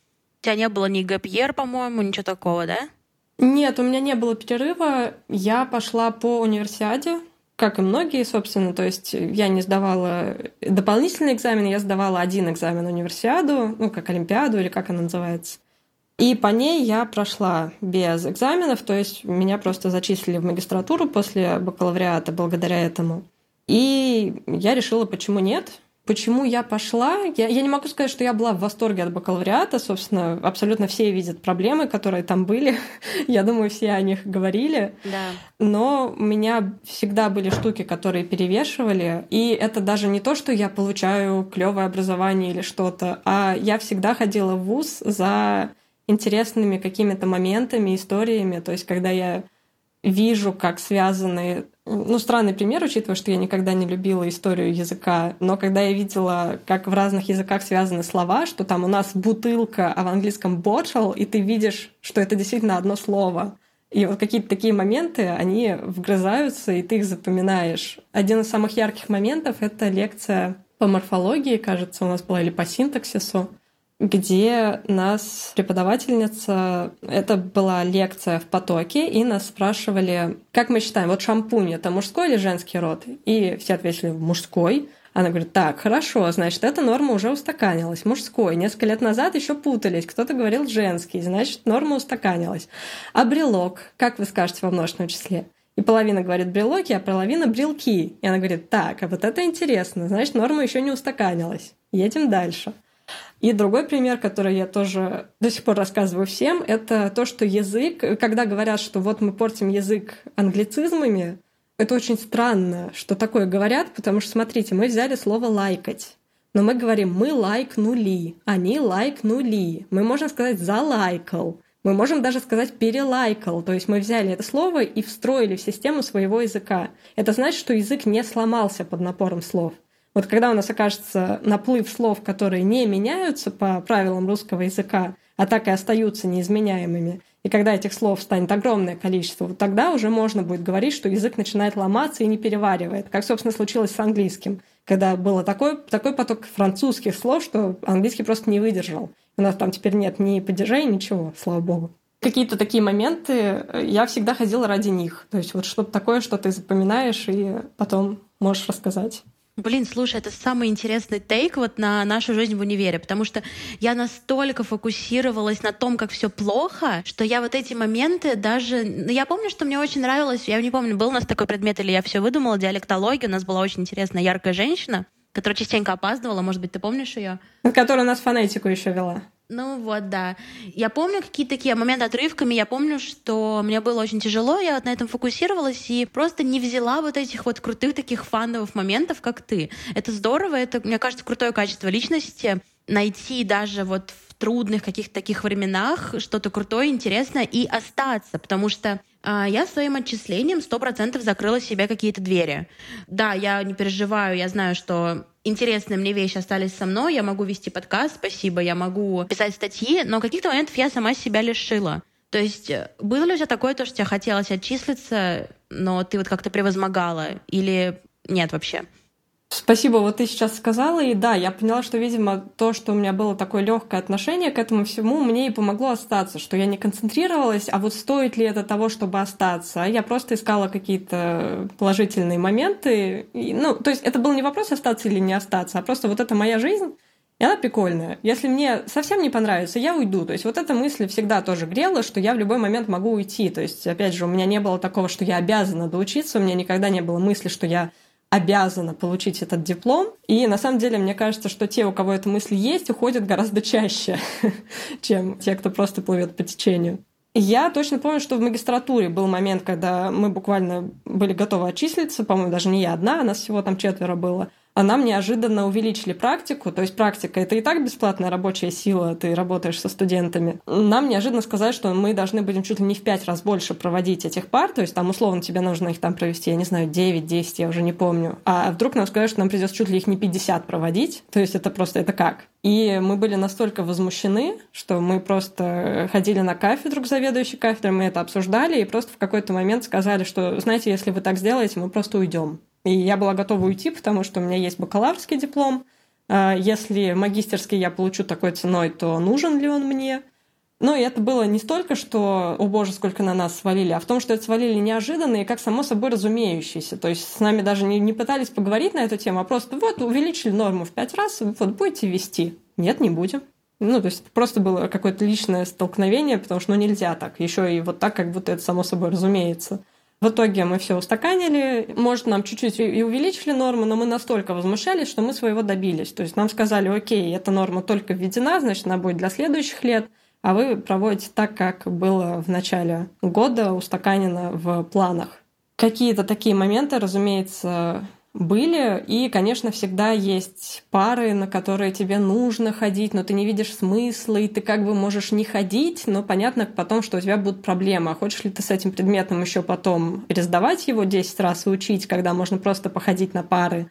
У тебя не было ни гэп-йер, по-моему, ничего такого, да? Нет, у меня не было перерыва. Я пошла по универсиаде, как и многие, собственно. То есть я не сдавала дополнительный экзамен, я сдавала 1 экзамен универсиаду, как олимпиаду или как она называется. И по ней я прошла без экзаменов, то есть меня просто зачислили в магистратуру после бакалавриата благодаря этому. И я решила, почему нет. Почему я пошла? Я не могу сказать, что я была в восторге от бакалавриата. Собственно, абсолютно все видят проблемы, которые там были. Я думаю, все о них говорили. Да. Но у меня всегда были штуки, которые перевешивали. И это даже не то, что я получаю клевое образование или что-то, а я всегда ходила в вуз за интересными какими-то моментами, историями. То есть, когда я вижу, как связаны Странный пример, учитывая, что я никогда не любила историю языка, но когда я видела, как в разных языках связаны слова, что там у нас бутылка, а в английском bottle, и ты видишь, что это действительно одно слово. И вот какие-то такие моменты, они вгрызаются, и ты их запоминаешь. Один из самых ярких моментов — это лекция по морфологии, кажется, у нас была, или по синтаксису, где нас преподавательница, это была лекция в потоке, и нас спрашивали, как мы считаем, вот шампунь — это мужской или женский род? И все ответили мужской. Она говорит, так, хорошо, значит, эта норма уже устаканилась, мужской. Несколько лет назад еще путались, кто-то говорил женский, значит, норма устаканилась. А брелок, как вы скажете во множественном числе? И половина говорит брелоки, а половина брелки. И она говорит, так, а вот это интересно, значит, норма еще не устаканилась. Едем дальше. И другой пример, который я тоже до сих пор рассказываю всем, это то, что язык, когда говорят, что вот мы портим язык англицизмами, это очень странно, что такое говорят, потому что, смотрите, мы взяли слово «лайкать», но мы говорим «мы лайкнули», «они лайкнули», мы можем сказать «залайкал», мы можем даже сказать «перелайкал», то есть мы взяли это слово и встроили в систему своего языка. Это значит, что язык не сломался под напором слов. Вот когда у нас окажется наплыв слов, которые не меняются по правилам русского языка, а так и остаются неизменяемыми, и когда этих слов станет огромное количество, вот тогда уже можно будет говорить, что язык начинает ломаться и не переваривает, как, собственно, случилось с английским, когда был такой поток французских слов, что английский просто не выдержал. У нас там теперь нет ни падежей, ничего, слава богу. Какие-то такие моменты, я всегда ходила ради них. То есть вот что-то такое, что ты запоминаешь и потом можешь рассказать. Блин, слушай, это самый интересный тейк вот на нашу жизнь в универе, потому что я настолько фокусировалась на том, как все плохо, что я вот эти моменты даже... Я помню, что мне очень нравилось, я не помню, был у нас такой предмет или я все выдумала, диалектология, у нас была очень интересная яркая женщина, которая частенько опаздывала, может быть, ты помнишь ее? Которая у нас фонетику еще вела. Ну вот, да. Я помню какие-то такие моменты отрывками, я помню, что мне было очень тяжело, я вот на этом фокусировалась и просто не взяла вот этих вот крутых таких фановых моментов, как ты. Это здорово, это, мне кажется, крутое качество личности, найти даже вот в трудных каких-то таких временах что-то крутое, интересное и остаться, потому что я своим отчислением 100% закрыла себе какие-то двери. Да, я не переживаю, я знаю, что интересные мне вещи остались со мной, я могу вести подкаст, спасибо, я могу писать статьи, но каких-то моментов я сама себя лишила. То есть было ли у тебя такое, то, что тебе хотелось отчислиться, но ты вот как-то превозмогала, или нет вообще? Спасибо, вот ты сейчас сказала, и да, я поняла, что, видимо, то, что у меня было такое легкое отношение к этому всему, мне и помогло остаться, что я не концентрировалась, а вот стоит ли это того, чтобы остаться, а я просто искала какие-то положительные моменты. То есть это был не вопрос, остаться или не остаться, а просто вот это моя жизнь, и она прикольная. Если мне совсем не понравится, я уйду. То есть вот эта мысль всегда тоже грела, что я в любой момент могу уйти. То есть, опять же, у меня не было такого, что я обязана доучиться, у меня никогда не было мысли, что я обязана получить этот диплом. И на самом деле, мне кажется, что те, у кого эта мысль есть, уходят гораздо чаще, чем те, кто просто плывет по течению. Я точно помню, что в магистратуре был момент, когда мы буквально были готовы отчислиться, по-моему, даже не я одна, нас всего там 4 было. А нам неожиданно увеличили практику, то есть практика — это и так бесплатная рабочая сила, ты работаешь со студентами. Нам неожиданно сказали, что мы должны будем чуть ли не в 5 раз больше проводить этих пар, то есть там условно тебе нужно их там провести, я не знаю, 9-10, я уже не помню. А вдруг нам сказали, что нам придется чуть ли их не 50 проводить, то есть это просто, это как? И мы были настолько возмущены, что мы просто ходили на кафедру к заведующей кафедрой, мы это обсуждали и просто в какой-то момент сказали, что, знаете, если вы так сделаете, мы просто уйдем. И я была готова уйти, потому что у меня есть бакалаврский диплом. Если магистерский я получу такой ценой, то нужен ли он мне? Но и это было не столько, что, о боже, сколько на нас свалили, а в том, что это свалили неожиданно и как само собой разумеющееся. То есть с нами даже не пытались поговорить на эту тему, а просто вот увеличили норму в 5 раз, вот будете вести. Нет, не будем. То есть просто было какое-то личное столкновение, потому что нельзя так. Еще и вот так, как будто это само собой разумеется. В итоге мы все устаканили, может, нам чуть-чуть и увеличили норму, но мы настолько возмущались, что мы своего добились. То есть нам сказали, окей, эта норма только введена, значит, она будет для следующих лет, а вы проводите так, как было в начале года устаканено в планах. Какие-то такие моменты, разумеется, были. И, конечно, всегда есть пары, на которые тебе нужно ходить, но ты не видишь смысла, и ты как бы можешь не ходить, но понятно потом, что у тебя будут проблемы. А хочешь ли ты с этим предметом еще потом пересдавать его 10 раз и учить, когда можно просто походить на пары,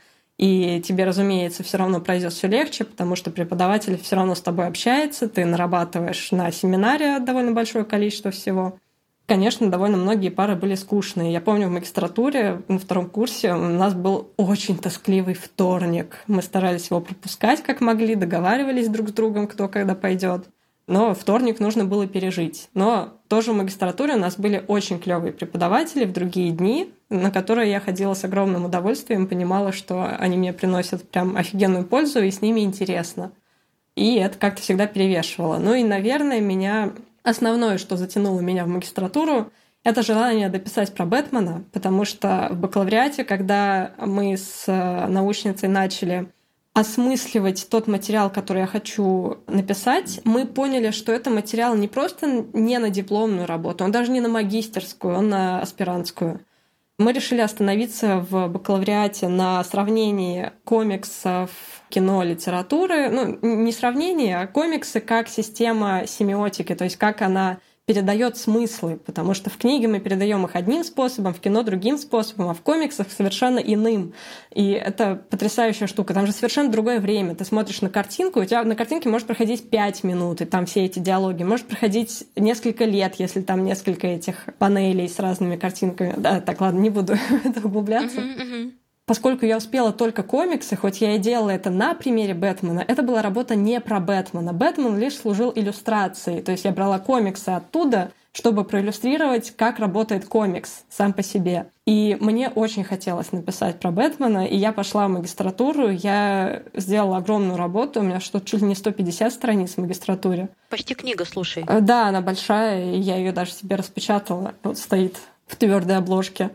и тебе, разумеется, все равно пройдет все легче, потому что преподаватель все равно с тобой общается, ты нарабатываешь на семинаре довольно большое количество всего. Конечно, довольно многие пары были скучные. Я помню, в магистратуре на 2 курсе у нас был очень тоскливый вторник. Мы старались его пропускать как могли, договаривались друг с другом, кто когда пойдет. Но вторник нужно было пережить. Но тоже в магистратуре у нас были очень клевые преподаватели в другие дни, на которые я ходила с огромным удовольствием, понимала, что они мне приносят прям офигенную пользу, и с ними интересно. И это как-то всегда перевешивало. Ну и, наверное, основное, что затянуло меня в магистратуру, это желание дописать про Бэтмена, потому что в бакалавриате, когда мы с научницей начали осмысливать тот материал, который я хочу написать, мы поняли, что это материал не просто не на дипломную работу, он даже не на магистерскую, он на аспирантскую. Мы решили остановиться в бакалавриате на сравнении комиксов, кино, литературы. Ну, не сравнение, а комиксы как система семиотики, то есть как она передает смыслы, потому что в книге мы передаем их одним способом, в кино другим способом, а в комиксах совершенно иным. И это потрясающая штука. Там же совершенно другое время. Ты смотришь на картинку, у тебя на картинке может проходить 5 минут, и там все эти диалоги. Может проходить несколько лет, если там несколько этих панелей с разными картинками. Да, так, ладно, не буду в это углубляться. Поскольку я успела только комиксы, хоть я и делала это на примере Бэтмена, это была работа не про Бэтмена. Бэтмен лишь служил иллюстрацией. То есть я брала комиксы оттуда, чтобы проиллюстрировать, как работает комикс сам по себе. И мне очень хотелось написать про Бэтмена, и я пошла в магистратуру, я сделала огромную работу, у меня что-то чуть ли не 150 страниц в магистратуре. Почти книга, слушай. Да, она большая, и я ее даже себе распечатала, вот стоит в твердой обложке.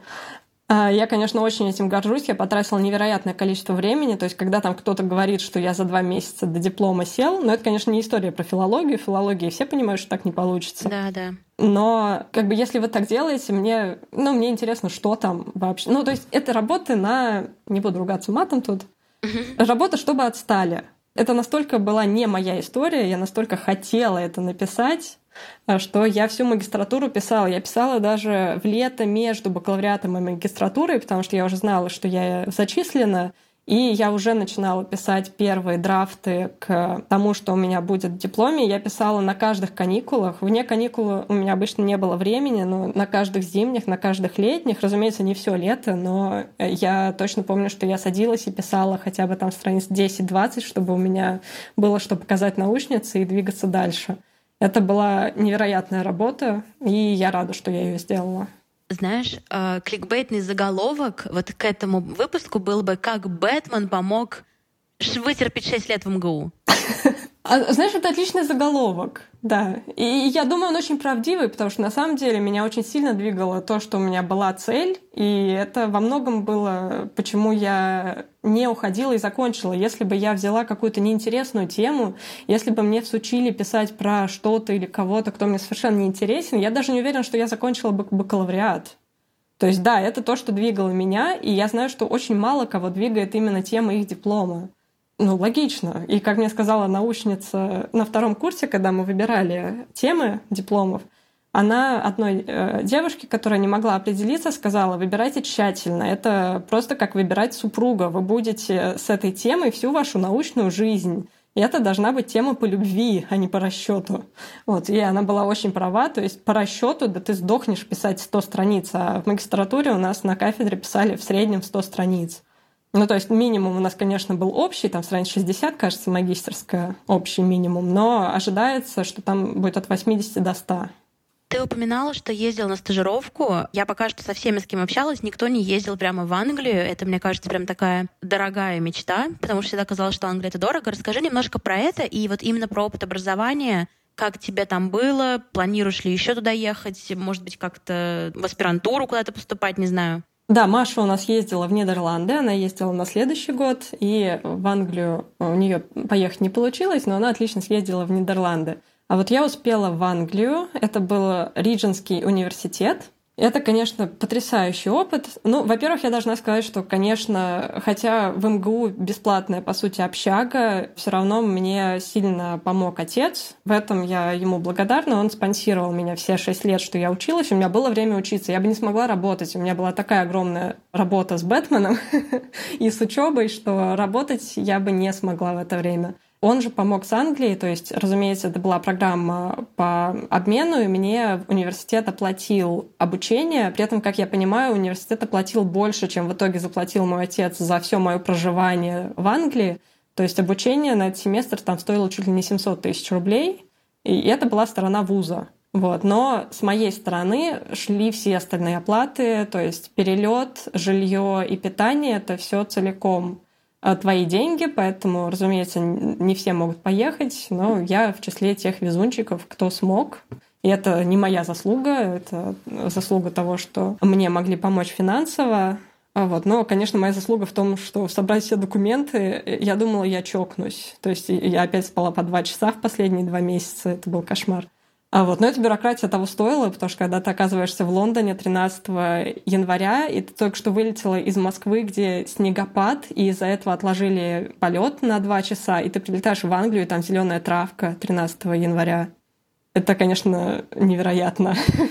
Я, конечно, очень этим горжусь. Я потратила невероятное количество времени. То есть, когда там кто-то говорит, что я за 2 месяца до диплома сел, но это, конечно, не история про филологию. В филологии все понимают, что так не получится. Да. Но как бы если вы так делаете, мне интересно, что там вообще. Ну, то есть, это работы на... Не буду ругаться матом тут. Работа, чтобы отстали. Это настолько была не моя история, я настолько хотела это написать, что я всю магистратуру писала. Я писала даже в лето между бакалавриатом и магистратурой, потому что я уже знала, что я зачислена, и я уже начинала писать первые драфты к тому, что у меня будет в дипломе. Я писала на каждых каникулах. Вне каникул у меня обычно не было времени, но на каждых зимних, на каждых летних. Разумеется, не все лето, но я точно помню, что я садилась и писала хотя бы там страниц 10-20, чтобы у меня было что показать научнице и двигаться дальше. Это была невероятная работа, и я рада, что я ее сделала. Знаешь, кликбейтный заголовок вот к этому выпуску был бы «Как Бэтмен помог вытерпеть 6 лет в МГУ». Знаешь, это отличный заголовок, да. И я думаю, он очень правдивый, потому что на самом деле меня очень сильно двигало то, что у меня была цель, и это во многом было, почему я не уходила и закончила. Если бы я взяла какую-то неинтересную тему, если бы мне всучили писать про что-то или кого-то, кто мне совершенно не интересен, я даже не уверена, что я закончила бы бакалавриат. То есть да, это то, что двигало меня, и я знаю, что очень мало кого двигает именно тема их диплома. Ну, логично. И, как мне сказала научница на 2 курсе, когда мы выбирали темы дипломов, она одной девушке, которая не могла определиться, сказала: выбирайте тщательно. Это просто как выбирать супруга. Вы будете с этой темой всю вашу научную жизнь. И это должна быть тема по любви, а не по расчету. Вот. И она была очень права. То есть по расчету, да ты сдохнешь писать 100 страниц. А в магистратуре у нас на кафедре писали в среднем 100 страниц. Ну, то есть минимум у нас, конечно, был общий, там страниц 60, кажется, магистерская, общий минимум, но ожидается, что там будет от 80 до 100. Ты упоминала, что ездила на стажировку. Я пока что со всеми, с кем общалась, никто не ездил прямо в Англию. Это, мне кажется, прям такая дорогая мечта, потому что всегда казалось, что Англия — это дорого. Расскажи немножко про это и вот именно про опыт образования. Как тебе там было? Планируешь ли еще туда ехать? Может быть, как-то в аспирантуру куда-то поступать? Не знаю. Да, Маша у нас ездила в Нидерланды, она ездила на следующий год, и в Англию у нее поехать не получилось, но она отлично съездила в Нидерланды. А вот я успела в Англию, это был Ридженский университет, Это, конечно, потрясающий опыт. Ну, во-первых, я должна сказать, что, конечно, хотя в МГУ бесплатная, по сути, общага, все равно мне сильно помог отец. В этом я ему благодарна. Он спонсировал меня все 6 лет, что я училась. У меня было время учиться. Я бы не смогла работать. У меня была такая огромная работа с Бэтменом и с учебой, что работать я бы не смогла в это время. Он же помог с Англией, то есть, разумеется, это была программа по обмену, и мне университет оплатил обучение. При этом, как я понимаю, университет оплатил больше, чем в итоге заплатил мой отец за все мое проживание в Англии. То есть обучение на этот семестр там стоило чуть ли не 700 тысяч рублей, и это была сторона вуза. Вот. Но с моей стороны шли все остальные оплаты, то есть перелет, жилье и питание — это все целиком твои деньги, поэтому, разумеется, не все могут поехать, но я в числе тех везунчиков, кто смог. И это не моя заслуга, это заслуга того, что мне могли помочь финансово. Вот. Но, конечно, моя заслуга в том, что собрать все документы, я думала, я чокнусь. То есть я опять спала по 2 часа в последние 2 месяца, это был кошмар. Но эта бюрократия того стоила, потому что когда ты оказываешься в Лондоне 13 января, и ты только что вылетела из Москвы, где снегопад, и из-за этого отложили полет на 2 часа, и ты прилетаешь в Англию, и там зеленая травка 13 января. Это, конечно, невероятно.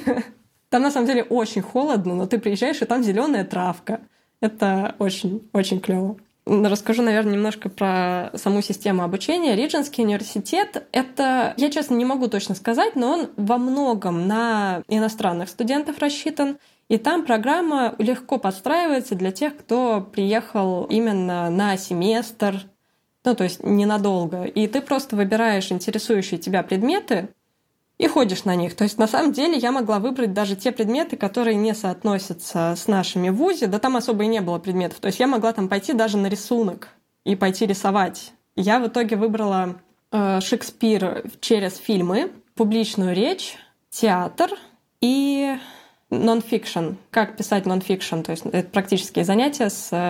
Там на самом деле очень холодно, но ты приезжаешь, и там зеленая травка. Это очень, очень клево. Расскажу, наверное, немножко про саму систему обучения. Ридженский университет — это, я, честно, не могу точно сказать, но он во многом на иностранных студентов рассчитан. И там программа легко подстраивается для тех, кто приехал именно на семестр, ну, то есть ненадолго. И ты просто выбираешь интересующие тебя предметы и ходишь на них. То есть, на самом деле, я могла выбрать даже те предметы, которые не соотносятся с нашими в ВУЗе. Да там особо и не было предметов. То есть я могла там пойти даже на рисунок и пойти рисовать. Я в итоге выбрала Шекспир через фильмы, публичную речь, театр и нон-фикшн. Как писать нон-фикшн? То есть это практические занятия,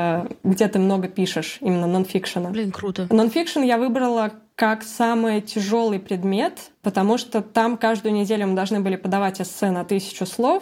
где ты много пишешь, именно нон-фикшена. Блин, круто. Нон-фикшн я выбрала как самый тяжелый предмет, потому что там каждую неделю мы должны были подавать эссе на 1000 слов.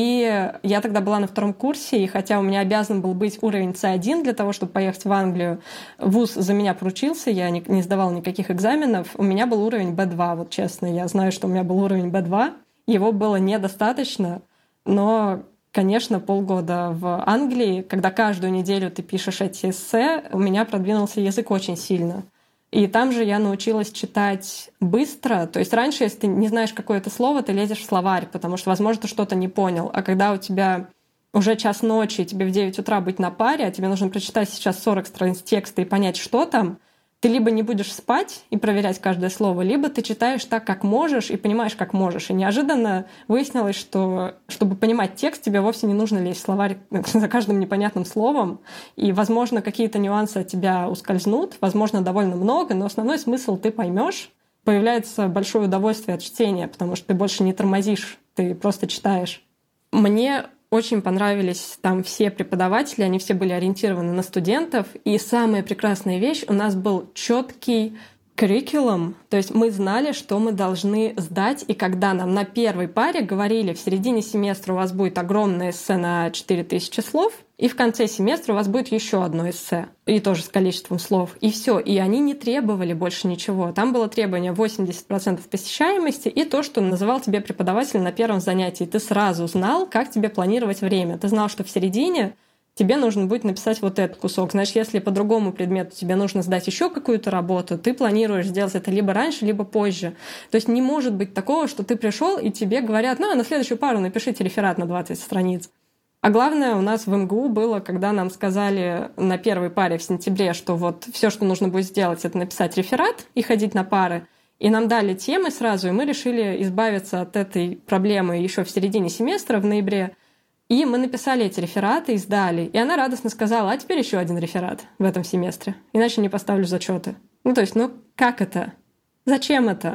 И я тогда была на 2-м курсе, и хотя у меня обязан был быть уровень C1 для того, чтобы поехать в Англию, вуз за меня поручился, я не сдавала никаких экзаменов, у меня был уровень B2, вот честно, я знаю, что у меня был уровень B2, его было недостаточно, но, конечно, полгода в Англии, когда каждую неделю ты пишешь эти эссе, у меня продвинулся язык очень сильно. И там же я научилась читать быстро. То есть раньше, если ты не знаешь какое-то слово, ты лезешь в словарь, потому что, возможно, ты что-то не понял. А когда у тебя уже 1:00 ночи, и тебе в 9 утра быть на паре, а тебе нужно прочитать сейчас 40 страниц текста и понять, что там, ты либо не будешь спать и проверять каждое слово, либо ты читаешь так, как можешь, и понимаешь, как можешь. И неожиданно выяснилось, что, чтобы понимать текст, тебе вовсе не нужно лезть в словарь за каждым непонятным словом. И, возможно, какие-то нюансы от тебя ускользнут, возможно, довольно много, но основной смысл ты поймешь. Появляется большое удовольствие от чтения, потому что ты больше не тормозишь, ты просто читаешь. Мне очень понравились там все преподаватели, они все были ориентированы на студентов. И самая прекрасная вещь, у нас был четкий curriculum, то есть мы знали, что мы должны сдать, и когда нам на первой паре говорили, в середине семестра у вас будет огромное эссе на 4000 слов, и в конце семестра у вас будет еще одно эссе, и тоже с количеством слов, и все. И они не требовали больше ничего. Там было требование 80% посещаемости и то, что называл тебе преподаватель на первом занятии. Ты сразу знал, как тебе планировать время. Ты знал, что в середине тебе нужно будет написать вот этот кусок. Значит, если по другому предмету тебе нужно сдать еще какую-то работу, ты планируешь сделать это либо раньше, либо позже. То есть не может быть такого, что ты пришел и тебе говорят, ну, а на следующую пару напишите реферат на 20 страниц. А главное у нас в МГУ было, когда нам сказали на первой паре в сентябре, что вот все, что нужно будет сделать, это написать реферат и ходить на пары. И нам дали темы сразу, и мы решили избавиться от этой проблемы еще в середине семестра, в ноябре. И мы написали эти рефераты и сдали. И она радостно сказала, а теперь еще один реферат в этом семестре. Иначе не поставлю зачеты. Ну, то есть, как это? Зачем это?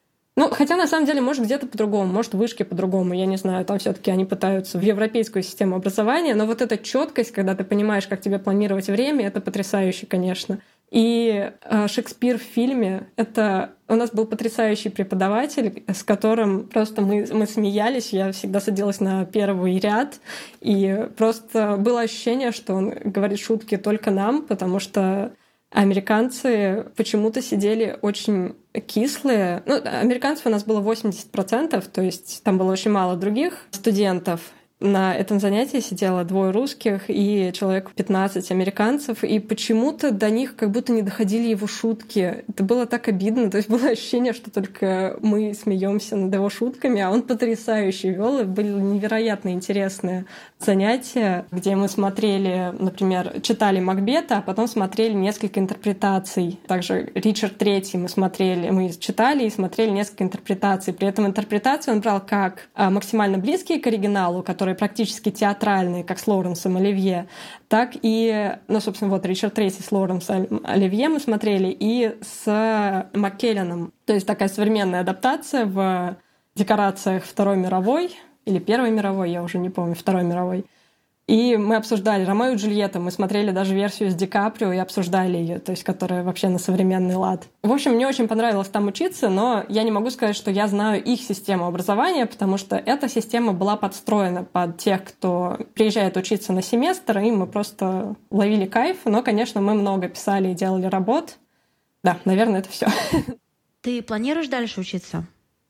Хотя на самом деле, может, где-то по-другому, может, в вышке по-другому, я не знаю, там все-таки они пытаются в европейскую систему образования, но вот эта четкость, когда ты понимаешь, как тебе планировать время, это потрясающе, конечно. И Шекспир в фильме — это... У нас был потрясающий преподаватель, с которым просто мы смеялись. Я всегда садилась на первый ряд, и просто было ощущение, что он говорит шутки только нам, потому что американцы почему-то сидели очень кислые. Ну, американцев у нас было 80%, то есть там было очень мало других студентов. На этом занятии сидело 2 русских и человек 15 американцев, и почему-то до них как будто не доходили его шутки. Это было так обидно, то есть было ощущение, что только мы смеемся над его шутками, а он потрясающе вел, и были невероятно интересные занятия, где мы смотрели, например, читали Макбета, а потом смотрели несколько интерпретаций. Также Ричард III мы читали и смотрели несколько интерпретаций. При этом интерпретации он брал как максимально близкие к оригиналу, которые практически театральные, как с Лоуренсом Оливье, так и, собственно, вот Ричард III с Лоуренсом Оливье мы смотрели, и с Маккелленом. То есть такая современная адаптация в декорациях Второй мировой или Первой мировой, я уже не помню, Второй мировой. И мы обсуждали «Ромео и Джульетта», мы смотрели даже версию с Ди Каприо и обсуждали ее, то есть которая вообще на современный лад. В общем, мне очень понравилось там учиться, но я не могу сказать, что я знаю их систему образования, потому что эта система была подстроена под тех, кто приезжает учиться на семестр, и мы просто ловили кайф. Но, конечно, мы много писали и делали работ. Да, наверное, это все. Ты планируешь дальше учиться?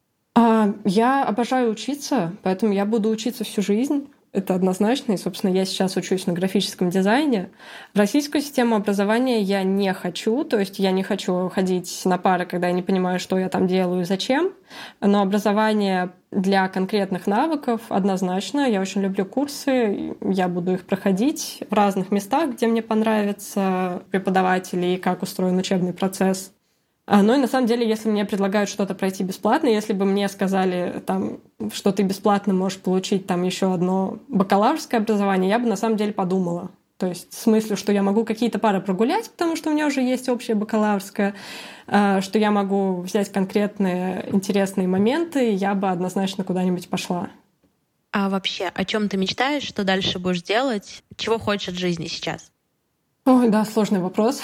Я обожаю учиться, поэтому я буду учиться всю жизнь. Это однозначно. И, собственно, я сейчас учусь на графическом дизайне. В российскую систему образования я не хочу. То есть я не хочу ходить на пары, когда я не понимаю, что я там делаю и зачем. Но образование для конкретных навыков однозначно. Я очень люблю курсы. Я буду их проходить в разных местах, где мне понравятся преподаватели и как устроен учебный процесс. Ну и на самом деле, если мне предлагают что-то пройти бесплатно, если бы мне сказали, там, что ты бесплатно можешь получить там еще одно бакалаврское образование, я бы на самом деле подумала. То есть в смысле, что я могу какие-то пары прогулять, потому что у меня уже есть общее бакалаврское, что я могу взять конкретные интересные моменты, я бы однозначно куда-нибудь пошла. А вообще, о чем ты мечтаешь, что дальше будешь делать, чего хочешь от жизни сейчас? Ой, да, сложный вопрос.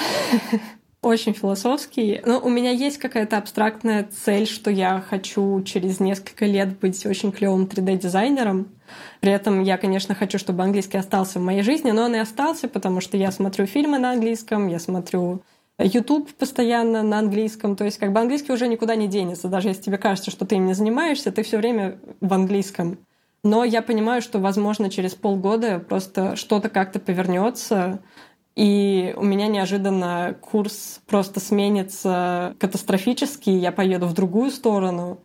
Очень философский. Но у меня есть какая-то абстрактная цель, что я хочу через несколько лет быть очень клёвым 3D-дизайнером. При этом я, конечно, хочу, чтобы английский остался в моей жизни, но он и остался, потому что я смотрю фильмы на английском, я смотрю YouTube постоянно на английском. То есть как бы английский уже никуда не денется. Даже если тебе кажется, что ты им не занимаешься, ты все время в английском. Но я понимаю, что, возможно, через полгода просто что-то как-то повернется, и у меня неожиданно курс просто сменится катастрофически, я поеду в другую сторону.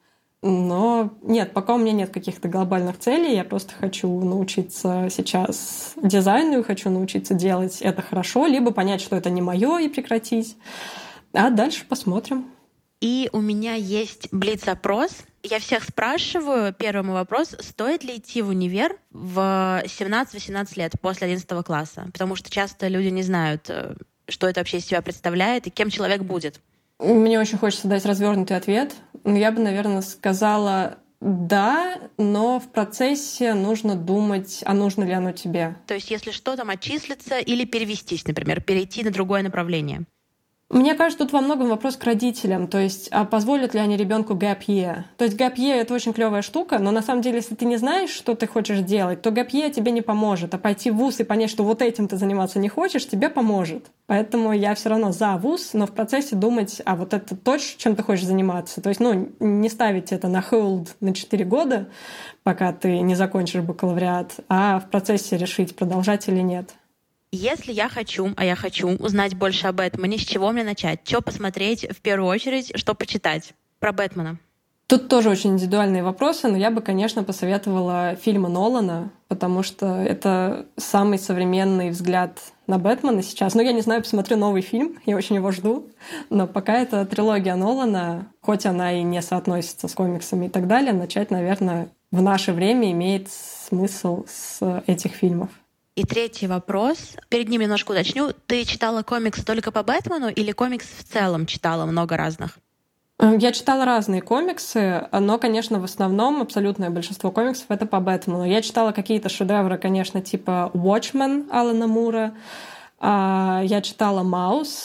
Но нет, пока у меня нет каких-то глобальных целей, я просто хочу научиться сейчас дизайну, хочу научиться делать это хорошо, либо понять, что это не мое, и прекратить. А дальше посмотрим. И у меня есть блиц-опрос. Я всех спрашиваю, первый мой вопрос, стоит ли идти в универ в 17-18 лет после 11 класса? Потому что часто люди не знают, что это вообще из себя представляет и кем человек будет. Мне очень хочется дать развернутый ответ. Я бы, наверное, сказала да, но в процессе нужно думать, а нужно ли оно тебе. То есть если что, там отчислиться или перевестись, например, перейти на другое направление. Мне кажется, тут во многом вопрос к родителям. То есть, а позволят ли они ребенку gap year? То есть gap year — это очень клевая штука, но на самом деле, если ты не знаешь, что ты хочешь делать, то gap year тебе не поможет. А пойти в вуз и понять, что вот этим ты заниматься не хочешь, тебе поможет. Поэтому я все равно за вуз, но в процессе думать, а вот это то, чем ты хочешь заниматься. То есть, не ставить это на hold на 4 года, пока ты не закончишь бакалавриат, а в процессе решить, продолжать или нет. Если я хочу, а я хочу узнать больше о Бэтмене, с чего мне начать? Что посмотреть в первую очередь, что почитать про Бэтмена? Тут тоже очень индивидуальные вопросы, но я бы, конечно, посоветовала фильмы Нолана, потому что это самый современный взгляд на Бэтмена сейчас. Я не знаю, посмотрю новый фильм, я очень его жду, но пока это трилогия Нолана, хоть она и не соотносится с комиксами и так далее, начать, наверное, в наше время имеет смысл с этих фильмов. И третий вопрос. Перед ним немножко уточню. Ты читала комиксы только по Бэтмену или комикс в целом читала много разных? Я читала разные комиксы, но, конечно, в основном абсолютное большинство комиксов — это по Бэтмену. Я читала какие-то шедевры, конечно, типа Watchmen Алана Мура. Я читала «Маус»,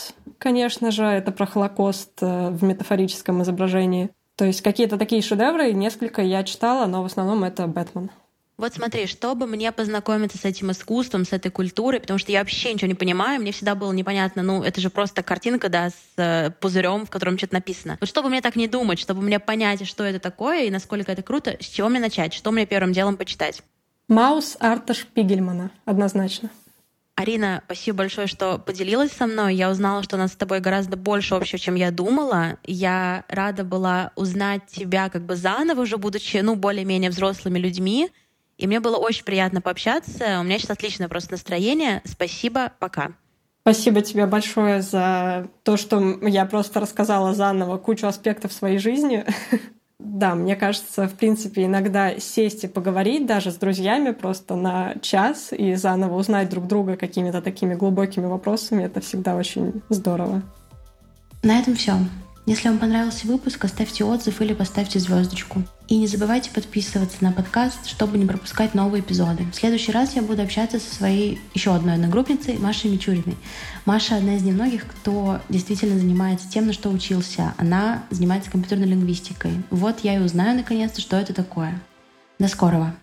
конечно же, это про Холокост в метафорическом изображении. То есть какие-то такие шедевры, несколько я читала, но в основном это «Бэтмен». Вот смотри, чтобы мне познакомиться с этим искусством, с этой культурой, потому что я вообще ничего не понимаю, мне всегда было непонятно, ну, это же просто картинка, да, с пузырем, в котором что-то написано. Вот чтобы мне так не думать, чтобы мне понять, что это такое и насколько это круто, с чего мне начать, что мне первым делом почитать? «Маус» Арта Шпигельмана, однозначно. Арина, спасибо большое, что поделилась со мной. Я узнала, что у нас с тобой гораздо больше общего, чем я думала. Я рада была узнать тебя как бы заново, уже будучи, ну, более-менее взрослыми людьми. И мне было очень приятно пообщаться. У меня сейчас отличное просто настроение. Спасибо, пока. Спасибо тебе большое за то, что я просто рассказала заново кучу аспектов своей жизни. Да, мне кажется, в принципе, иногда сесть и поговорить даже с друзьями просто на час и заново узнать друг друга какими-то такими глубокими вопросами, это всегда очень здорово. На этом все. Если вам понравился выпуск, оставьте отзыв или поставьте звездочку. И не забывайте подписываться на подкаст, чтобы не пропускать новые эпизоды. В следующий раз я буду общаться со своей еще одной одногруппницей Машей Мичуриной. Маша одна из немногих, кто действительно занимается тем, на что учился. Она занимается компьютерной лингвистикой. Вот я и узнаю наконец-то, что это такое. До скорого!